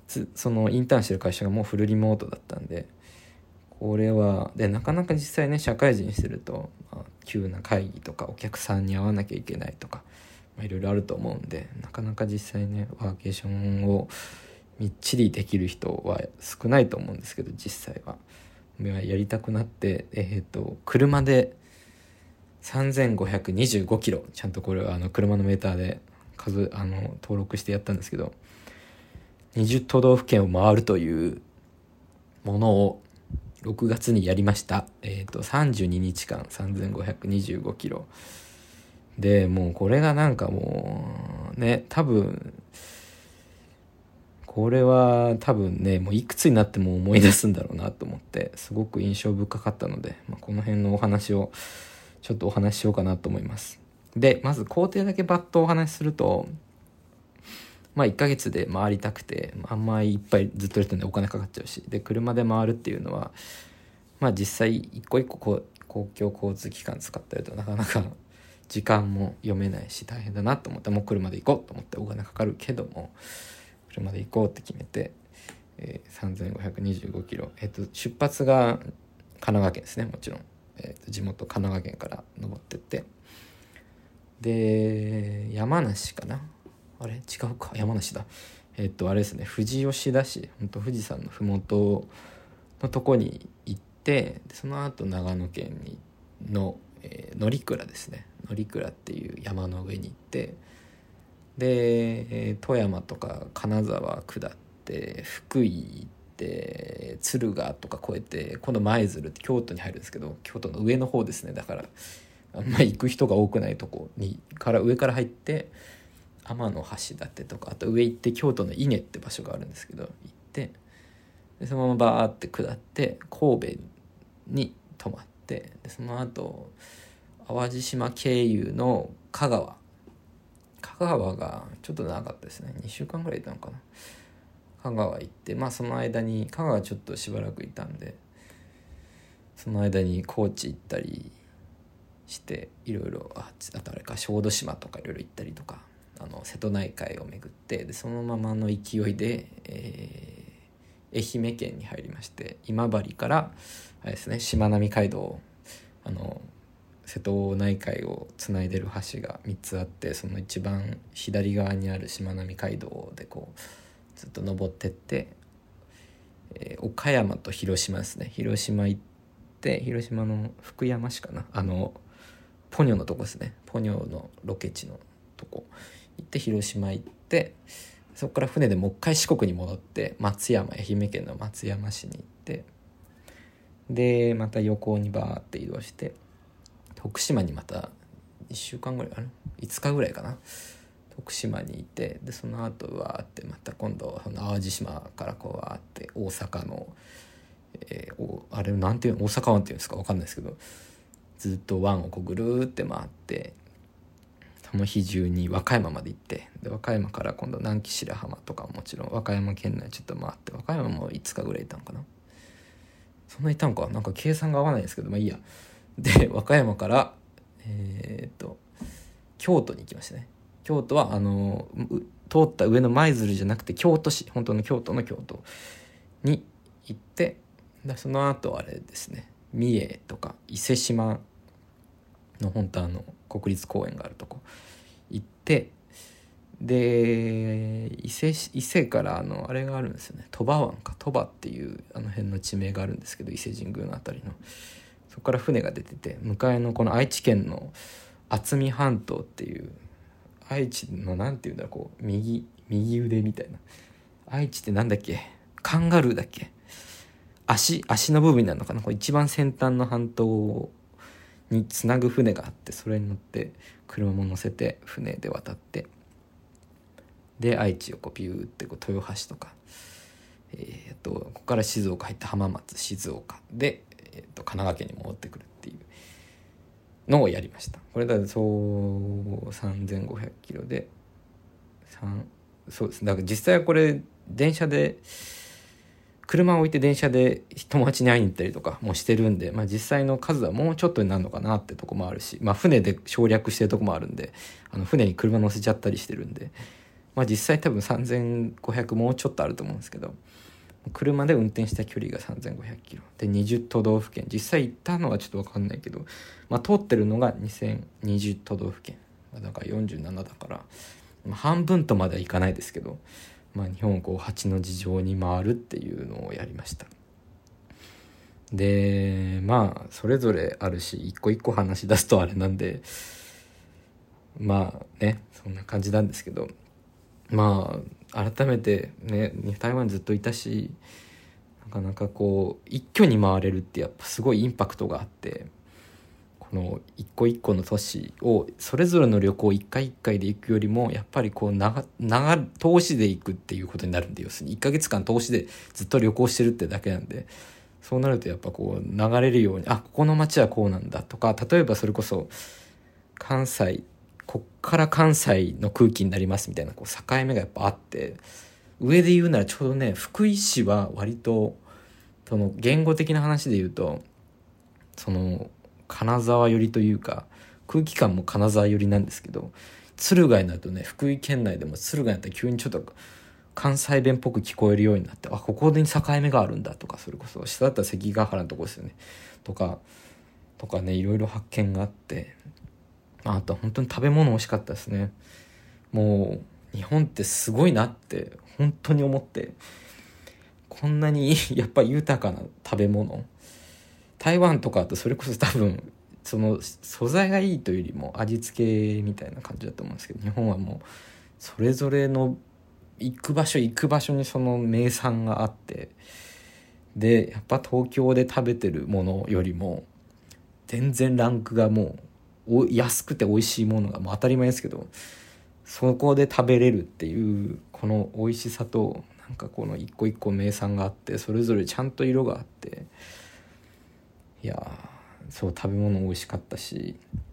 そのインターンしてる会社がもうフルリモートだったんで、これはでなかなか実際ね社会人してると、まあ、急な会議とかお客さんに会わなきゃいけないとか、まあ、いろいろあると思うんで、なかなか実際ねワーケーションをみっちりできる人は少ないと思うんですけど、実際はやりたくなって、えーと、車でさんぜんごひゃくにじゅうごキロ、ちゃんとこれはあの車のメーターで数あの登録してやったんですけど、にじゅう都道府県を回るというものをろくがつにやりました。えーとさんじゅうににちかんさんぜんごひゃくにじゅうごキロで、もうこれがなんかもうね、多分これは多分ねもういくつになっても思い出すんだろうなと思って、すごく印象深かったので、まあ、この辺のお話をちょっとお話ししようかなと思います。でまず工程だけバッとお話しすると、まあいっかげつで回りたくて、あんまりいっぱいずっとやるとお金かかっちゃうし、で車で回るっていうのはまあ実際一個一個こう公共交通機関使ってるとなかなか時間も読めないし大変だなと思って、もう車で行こうと思ってお金かかるけども車で行こうって決めて、えー、さんぜんごひゃくにじゅうごキロ、えー、と出発が神奈川県ですね、もちろん、えー、と地元神奈川県から登ってって、で山梨かな、あれ違うか山梨だ、えっ、ー、とあれですね富士吉田市、本当富士山のふもとのとこに行って、でその後長野県にの、えー、乗鞍ですね、乗鞍っていう山の上に行って、で富山とか金沢下って福井行って敦賀とか越えて今度舞鶴って京都に入るんですけど、京都の上の方ですね、だからあんま行く人が多くないとこにから上から入って天橋立とか、あと上行って京都の伊根って場所があるんですけど行って、でそのままバーって下って神戸に泊まって、でその後淡路島経由の香川香川がちょっと長かったですね、にしゅうかんぐらいいたのかな、香川行って、まあその間に香川ちょっとしばらくいたんで、その間に高知行ったりしていろいろ、ああとあれか小豆島とかいろいろ行ったりとか、あの瀬戸内海を巡って、でそのままの勢いで、えー、愛媛県に入りまして、今治からあれですねしまなみ海道、あの瀬戸内海をつないでる橋がみっつあって、その一番左側にあるしまなみ海道でこうずっと登ってって、えー、岡山と広島ですね、広島行って、広島の福山市かな、あのポニョのとこですね、ポニョのロケ地のとこ行って広島行って、そこから船でもう一回四国に戻って松山、愛媛県の松山市に行って、でまた横にバーって移動して徳島にまたいっしゅうかんぐらいあるいつかぐらいかな、徳島にいて、でその後はってまた今度その淡路島からこうわーって大阪の、えー、おあれなんていうの大阪湾っていうんですか分かんないですけど、ずっと湾をこうぐるーって回って、その日中に和歌山まで行って、で和歌山から今度南紀白浜とかもちろん和歌山県内ちょっと回って、和歌山もいつかぐらいいたのかな、そんないたんかなんか計算が合わないですけど、まあいいや。で和歌山からえー、っと京都に行きましたね。京都はあの通った上の舞鶴じゃなくて京都市、本当の京都の京都に行って、でその後あれですね三重とか伊勢志摩の本当あの国立公園があるとこ行って、で伊勢伊勢からあのあれがあるんですよね、鳥羽湾か鳥羽っていうあの辺の地名があるんですけど、伊勢神宮のあたりのそこから船が出てて、向かいのこの愛知県の渥美半島っていう愛知のなんていうんだろう、こう右右腕みたいな、愛知ってなんだっけカンガルーだっけ、足足の部分になるのかな、こう一番先端の半島につなぐ船があって、それに乗って車も乗せて船で渡って、で愛知をこうビューってこう豊橋とか、えー、とここから静岡入って浜松静岡で、えー、と神奈川県に戻ってくるっていうのをやりました。これだとそうさんぜんごひゃくキロでさんそうですね、だから実際はこれ電車で車を置いて電車で友達に会いに行ったりとかもしてるんで、まあ、実際の数はもうちょっとになるのかなってとこもあるし、まあ、船で省略してるとこもあるんで、あの船に車乗せちゃったりしてるんで、 まあ実際多分さんぜんごひゃくもうちょっとあると思うんですけど、車で運転した距離がさんぜんごひゃくキロでにじゅう都道府県、実際行ったのはちょっと分かんないけど、まあ、通ってるのがにせんにじゅう都道府県だからよんじゅうななだから、まあ、半分とまではいかないですけど、まあ、日本をこうはちの字状に回るっていうのをやりました。でまあそれぞれあるし一個一個話し出すとあれなんで、まあねそんな感じなんですけど、まあ改めてね台湾ずっといたし、なかなかこう一挙に回れるってやっぱすごいインパクトがあって、この一個一個の都市をそれぞれの旅行一回一回で行くよりもやっぱりこう長長通しで行くっていうことになるんで、要するにいっかげつかん通しでずっと旅行してるってだけなんで、そうなるとやっぱこう流れるように、あここの街はこうなんだとか、例えばそれこそ関西こっから関西の空気になりますみたいなこう境目がやっぱあって、上で言うならちょうどね福井市は割とその言語的な話で言うとその金沢寄りというか空気感も金沢寄りなんですけど、敦賀になるとね福井県内でも敦賀になったら急にちょっと関西弁っぽく聞こえるようになって、あここに境目があるんだとか、それこそ下だったら関ヶ原のとこですよねとかとかねいろいろ発見があって、あと本当に食べ物美味しかったですね。もう日本ってすごいなって本当に思って、こんなにやっぱり豊かな食べ物、台湾とかだとそれこそ多分その素材がいいというよりも味付けみたいな感じだと思うんですけど、日本はもうそれぞれの行く場所行く場所にその名産があって、でやっぱ東京で食べてるものよりも全然ランクがもう安くて美味しいものがもう当たり前ですけど、そこで食べれるっていうこの美味しさと、なんかこの一個一個名産があってそれぞれちゃんと色があって、いやそう食べ物美味しかったし、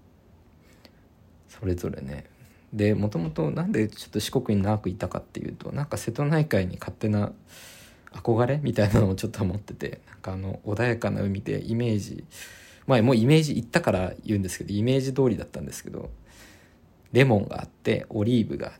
それぞれね。でもともとなんでちょっと四国に長くいたかっていうと、なんか瀬戸内海に勝手な憧れみたいなのをちょっと思ってて、なんかあの穏やかな海でイメージ、まあもうイメージ行ったから言うんですけどイメージ通りだったんですけど、レモンがあってオリーブがあって、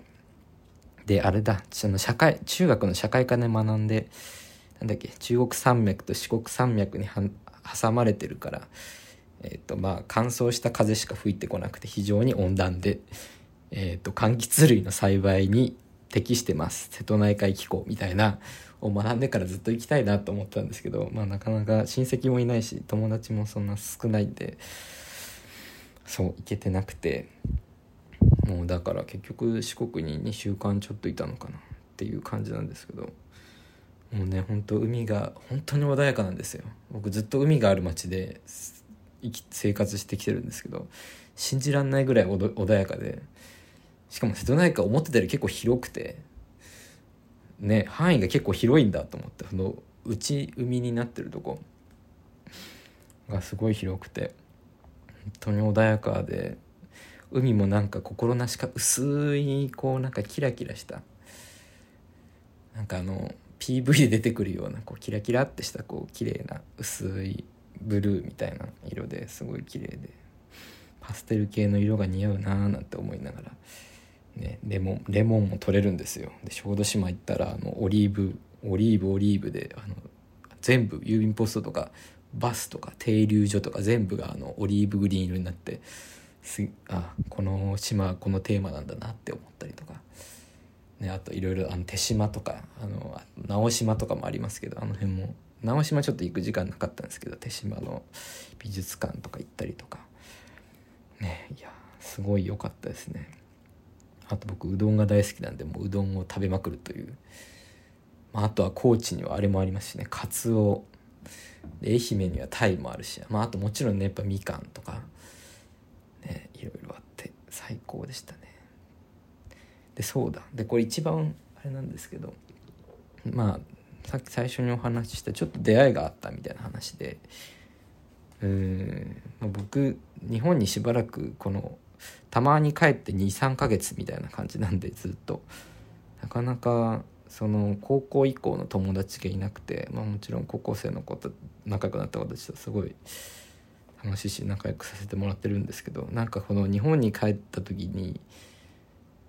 であれだその社会中学の社会科で学んで、なんだっけ中国山脈と四国山脈には挟まれてるから、えーとまあ、乾燥した風しか吹いてこなくて非常に温暖で、えーと柑橘類の栽培に適してます、瀬戸内海気候みたいなを学んでからずっと行きたいなと思ったんですけど、まあ、なかなか親戚もいないし友達もそんな少ないんでそう行けてなくて、もうだから結局四国ににしゅうかんちょっといたのかなっていう感じなんですけど、もうね本当海が本当に穏やかなんですよ。僕ずっと海がある町で生き生活してきてるんですけど、信じらんないぐらいおど穏やかで、しかも瀬戸内海思ってたより結構広くてね、範囲が結構広いんだと思って、その内海になってるとこがすごい広くて本当に穏やかで、海もなんか心なしか薄いこうなんかキラキラした、なんかあの ピーブイ で出てくるようなこうキラキラってしたこう綺麗な薄いブルーみたいな色ですごい綺麗で、パステル系の色が似合うなーなんて思いながら、ね、レモンレモンも取れるんですよ。で小豆島行ったらあのオリーブオリーブオリーブであの全部郵便ポストとかバスとか停留所とか全部があのオリーブグリーン色になって、すあこの島はこのテーマなんだなって思ったりとか、ね、あといろいろあの手島とかあの直島とかもありますけど、あの辺も直島ちょっと行く時間なかったんですけど手島の美術館とか行ったりとかね、いやすごい良かったですね。あと僕うどんが大好きなんでもううどんを食べまくるという、まあ、あとは高知にはあれもありますしね、カツオで愛媛にはタイもあるし、まあ、あともちろんねやっぱみかんとかねいろいろあって最高でしたね。でそうだでこれ一番あれなんですけど、まあさっき最初にお話ししたちょっと出会いがあったみたいな話で、うーん、まあ、僕日本にしばらくこのたまに帰って にさんかげつみたいな感じなんで、ずっとなかなかその高校以降の友達がいなくて、まあ、もちろん高校生の子と仲良くなった子たちとすごい楽しいし仲良くさせてもらってるんですけど、なんかこの日本に帰った時に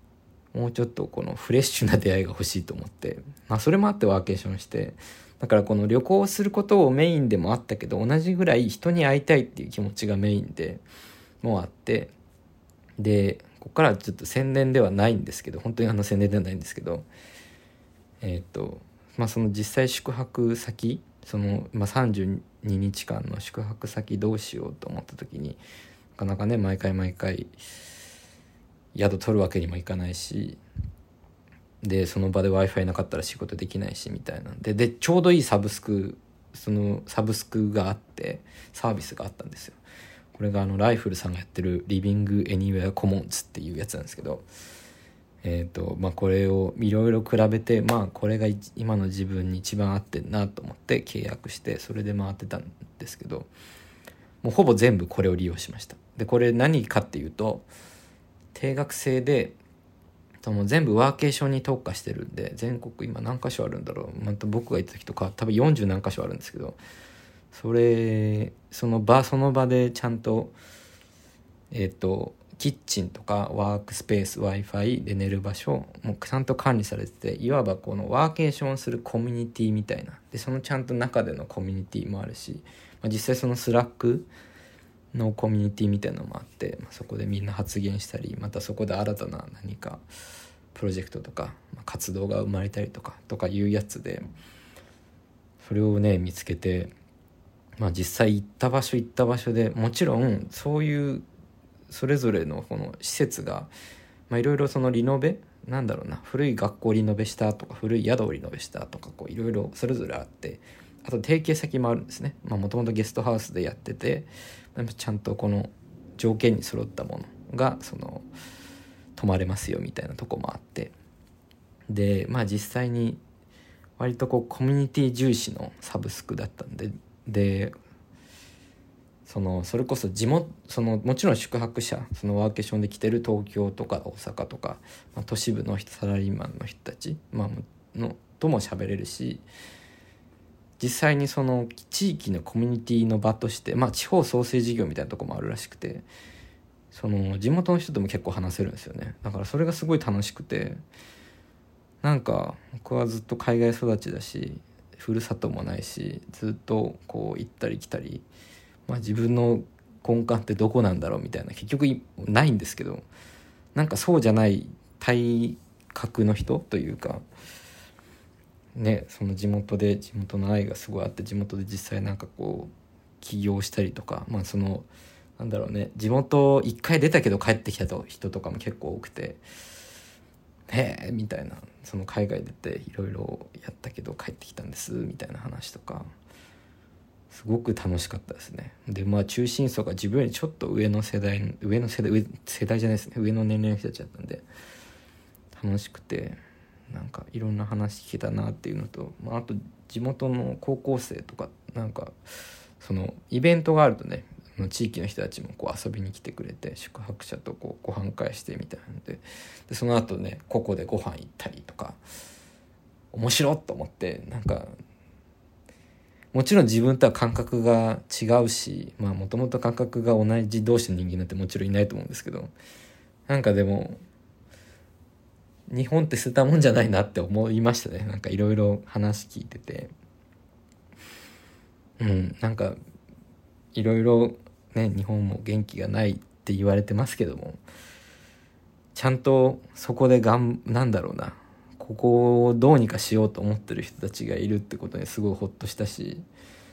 もうちょっとこのフレッシュな出会いが欲しいと思って、まあそれもあってワーケーションして、だからこの旅行することをメインでもあったけど、同じぐらい人に会いたいっていう気持ちがメインでもあって、でここからちょっと宣伝ではないんですけど、本当にあの宣伝ではないんですけど、えっとまあその実際宿泊先、その、まあ、さんじゅうににちかんの宿泊先どうしようと思った時に、なかなかね毎回毎回宿取るわけにもいかないし、でその場で Wi-Fi なかったら仕事できないしみたいなんで、でちょうどいいサブスクそのサブスクがあって、サービスがあったんですよ。これがあのライフルさんがやってるリビングエニウェアコモンズっていうやつなんですけど、えっとまあこれをいろいろ比べて、まあこれが今の自分に一番合ってんなと思って契約して、それで回ってたんですけど、もうほぼ全部これを利用しました。でこれ何かっていうと、定額制でその全部ワーケーションに特化してるんで、全国今何か所あるんだろう、また僕が行った時とか多分よんじゅう何か所あるんですけど、それその場その場でちゃんとえっとキッチンとかワークスペース Wi-Fi で寝る場所もちゃんと管理されてて、いわばこのワーケーションするコミュニティみたいな、でそのちゃんと中でのコミュニティもあるし、まあ、実際そのスラックのコミュニティみたいなのもあって、まあ、そこでみんな発言したり、またそこで新たな何かプロジェクトとか、まあ、活動が生まれたりとかとかいうやつで、それをね見つけて、まあ、実際行った場所行った場所でもちろんそういうそれぞれのこの施設がいろいろそのリノベなんだろうな古い学校をリノベしたとか古い宿をリノベしたとかいろいろそれぞれあって、あと提携先もあるんですね。もともとゲストハウスでやってて、ちゃんとこの条件に揃ったものがその泊まれますよみたいなとこもあって、でまあ実際に割とこうコミュニティ重視のサブスクだったんで、でそのそれこそ地元そのもちろん宿泊者そのワーケーションで来てる東京とか大阪とか、まあ、都市部の人サラリーマンの人たち、まあ、のとも喋れるし、実際にその地域のコミュニティの場として、まあ、地方創生事業みたいなとこもあるらしくて、その地元の人とも結構話せるんですよね。だからそれがすごい楽しくて、なんか僕はずっと海外育ちだしふるさともないし、ずっとこう行ったり来たり、まあ、自分の根幹ってどこなんだろうみたいな結局ないんですけど、なんかそうじゃない体格の人というかね、その地元で地元の愛がすごいあって、地元で実際なんかこう起業したりとか、まあそのなんだろうね、地元一回出たけど帰ってきた人とかも結構多くて、へえみたいな、その海外出ていろいろやったけど帰ってきたんですみたいな話とかすごく楽しかったですね。でまあ中心層が自分よりちょっと上の世代上の世代上世代じゃないですね上の年齢の人たちだったんで楽しくて、なんかいろんな話聞けたなっていうのと、まあ、あと地元の高校生とかなんかそのイベントがあるとね、地域の人たちもこう遊びに来てくれて宿泊者とこうご飯会してみたいなので、でその後ねここでご飯行ったりとか面白いと思って、なんかもちろん自分とは感覚が違うし、まあもともと感覚が同じ同士の人間なんてもちろんいないと思うんですけど、なんかでも日本って捨てたもんじゃないなって思いましたね。なんかいろいろ話聞いてて、うんなんかいろいろね日本も元気がないって言われてますけども、ちゃんとそこでがんなんだろうなここをどうにかしようと思ってる人たちがいるってことにすごいホッとしたし、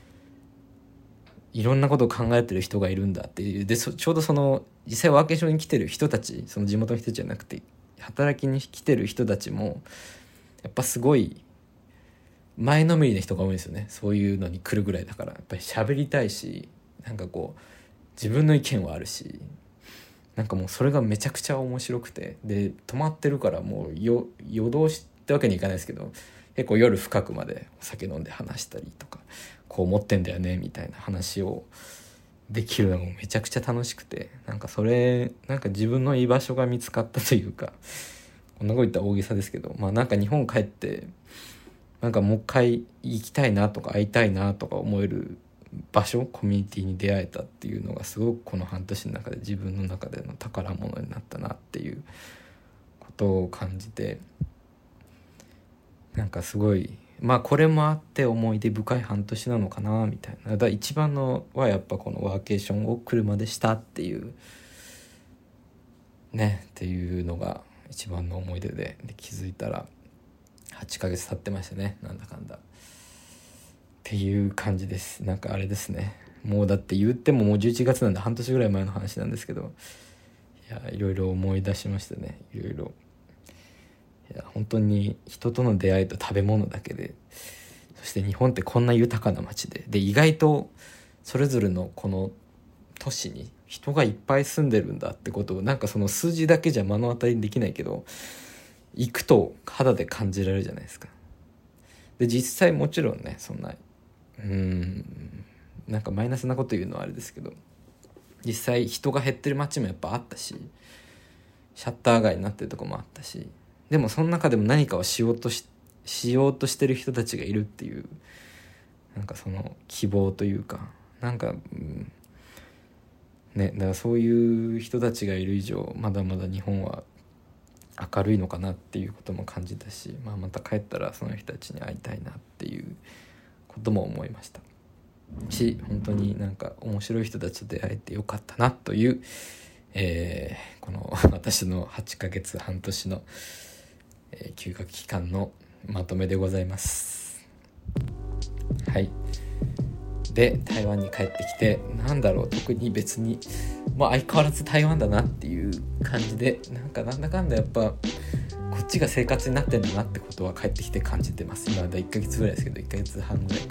いろんなことを考えてる人がいるんだっていう、でちょうどその実際ワーケーションに来てる人たち、その地元の人たちじゃなくて働きに来てる人たちもやっぱすごい前のめりな人が多いんですよね。そういうのに来るぐらいだから、やっぱり喋りたいし、なんかこう自分の意見はあるし、なんかもうそれがめちゃくちゃ面白くて、で泊まってるからもうよ夜通しってわけにいかないですけど、結構夜深くまでお酒飲んで話したりとか、こう思ってんだよねみたいな話をできるのもめちゃくちゃ楽しくて、なんかそれなんか自分の居場所が見つかったというか、こんなこと言ったら大げさですけど、まあなんか日本帰ってなんかもう一回行きたいなとか会いたいなとか思える場所コミュニティに出会えたっていうのがすごくこの半年の中で自分の中での宝物になったなっていうこことを感じて、なんかすごいまあこれもあって思い出深い半年なのかなみたいな。だから一番のはやっぱこのワーケーションを車でしたっていうねっていうのが一番の思い出 で, で気づいたらはちかげつ経ってましたね、なんだかんだっていう感じです。なんかあれですね、もうだって言ってももうじゅういちがつなんで半年ぐらい前の話なんですけど、いやいろいろ思い出しましたね。いろいろいや本当に人との出会いと食べ物だけで、そして日本ってこんな豊かな街でで意外とそれぞれのこの都市に人がいっぱい住んでるんだってことを、なんかその数字だけじゃ目の当たりにできないけど行くと肌で感じられるじゃないですか。で実際もちろんねそんなうーんなんかマイナスなこと言うのはあれですけど、実際人が減ってる街もやっぱあったし、シャッター街になってるとこもあったし、でもその中でも何かをしようとし、しようとしてる人たちがいるっていう、なんかその希望というか、なんか、うんね、だからそういう人たちがいる以上まだまだ日本は明るいのかなっていうことも感じたし、まあ、また帰ったらその人たちに会いたいなっていうことも思いましたし、本当になんか面白い人たちと出会えてよかったなという、えー、この私のはちかげつ半年の、えー、休学期間のまとめでございます。はい。で台湾に帰ってきて、なんだろう特に別に、まあ、相変わらず台湾だなっていう感じで、なんかなんだかんだやっぱこっちが生活になってんだなってことは帰ってきて感じてます。今まだいっかげつぐらいですけど、いっかげつはんぐらいか。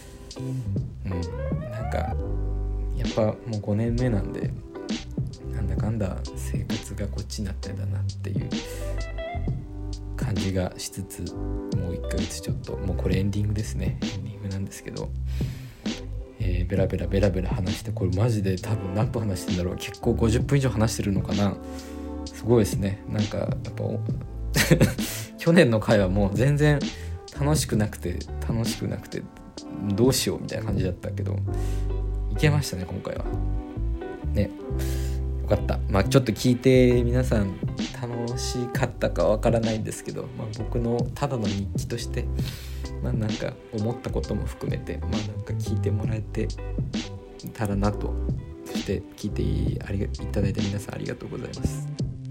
うんなんかやっぱもうごねんめなんで、なんだかんだ生活がこっちになってんだなっていう感じがしつつ、もういっかげつちょっと、もうこれエンディングですね。エンディングなんですけど、えー、ベラベラベラベラ話して、これマジで多分何分話してんだろう、結構ごじゅっぷん以上話してるのかな。すごいですね。なんかやっぱ去年の回はもう全然楽しくなくて楽しくなくてどうしようみたいな感じだったけど、いけましたね今回はね。よかった。まあちょっと聞いて皆さん楽しかったかわからないんですけど、まあ、僕のただの日記としてまあなんか思ったことも含めて、まあなんか聞いてもらえてたらなと。そして聞いてありがいただいた皆さんありがとうございます。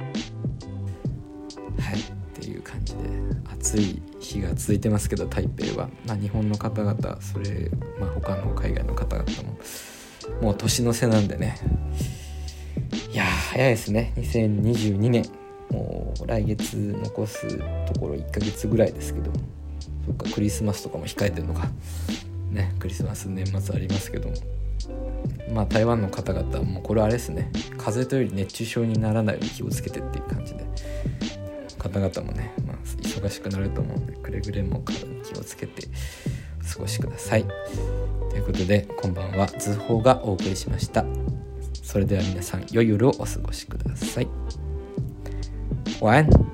はいっていう感じで暑い日が続いてますけど、台北は、まあ、日本の方々それ、まあ、他の海外の方々ももう年の瀬なんでね。いやー早いですね。にせんにじゅうにねんもう来月残すところいっかげつぐらいですけど、そっかクリスマスとかも控えてるのかね。クリスマス年末ありますけども、まあ台湾の方々はもうこれあれですね、風邪というより熱中症にならないように気をつけてっていう感じで、方々もね、まあ、忙しくなると思うんでくれぐれも体に気をつけてお過ごしくださいということで、こんばんは、図報がお送りしました。それでは皆さん良い夜をお過ごしください。晚安。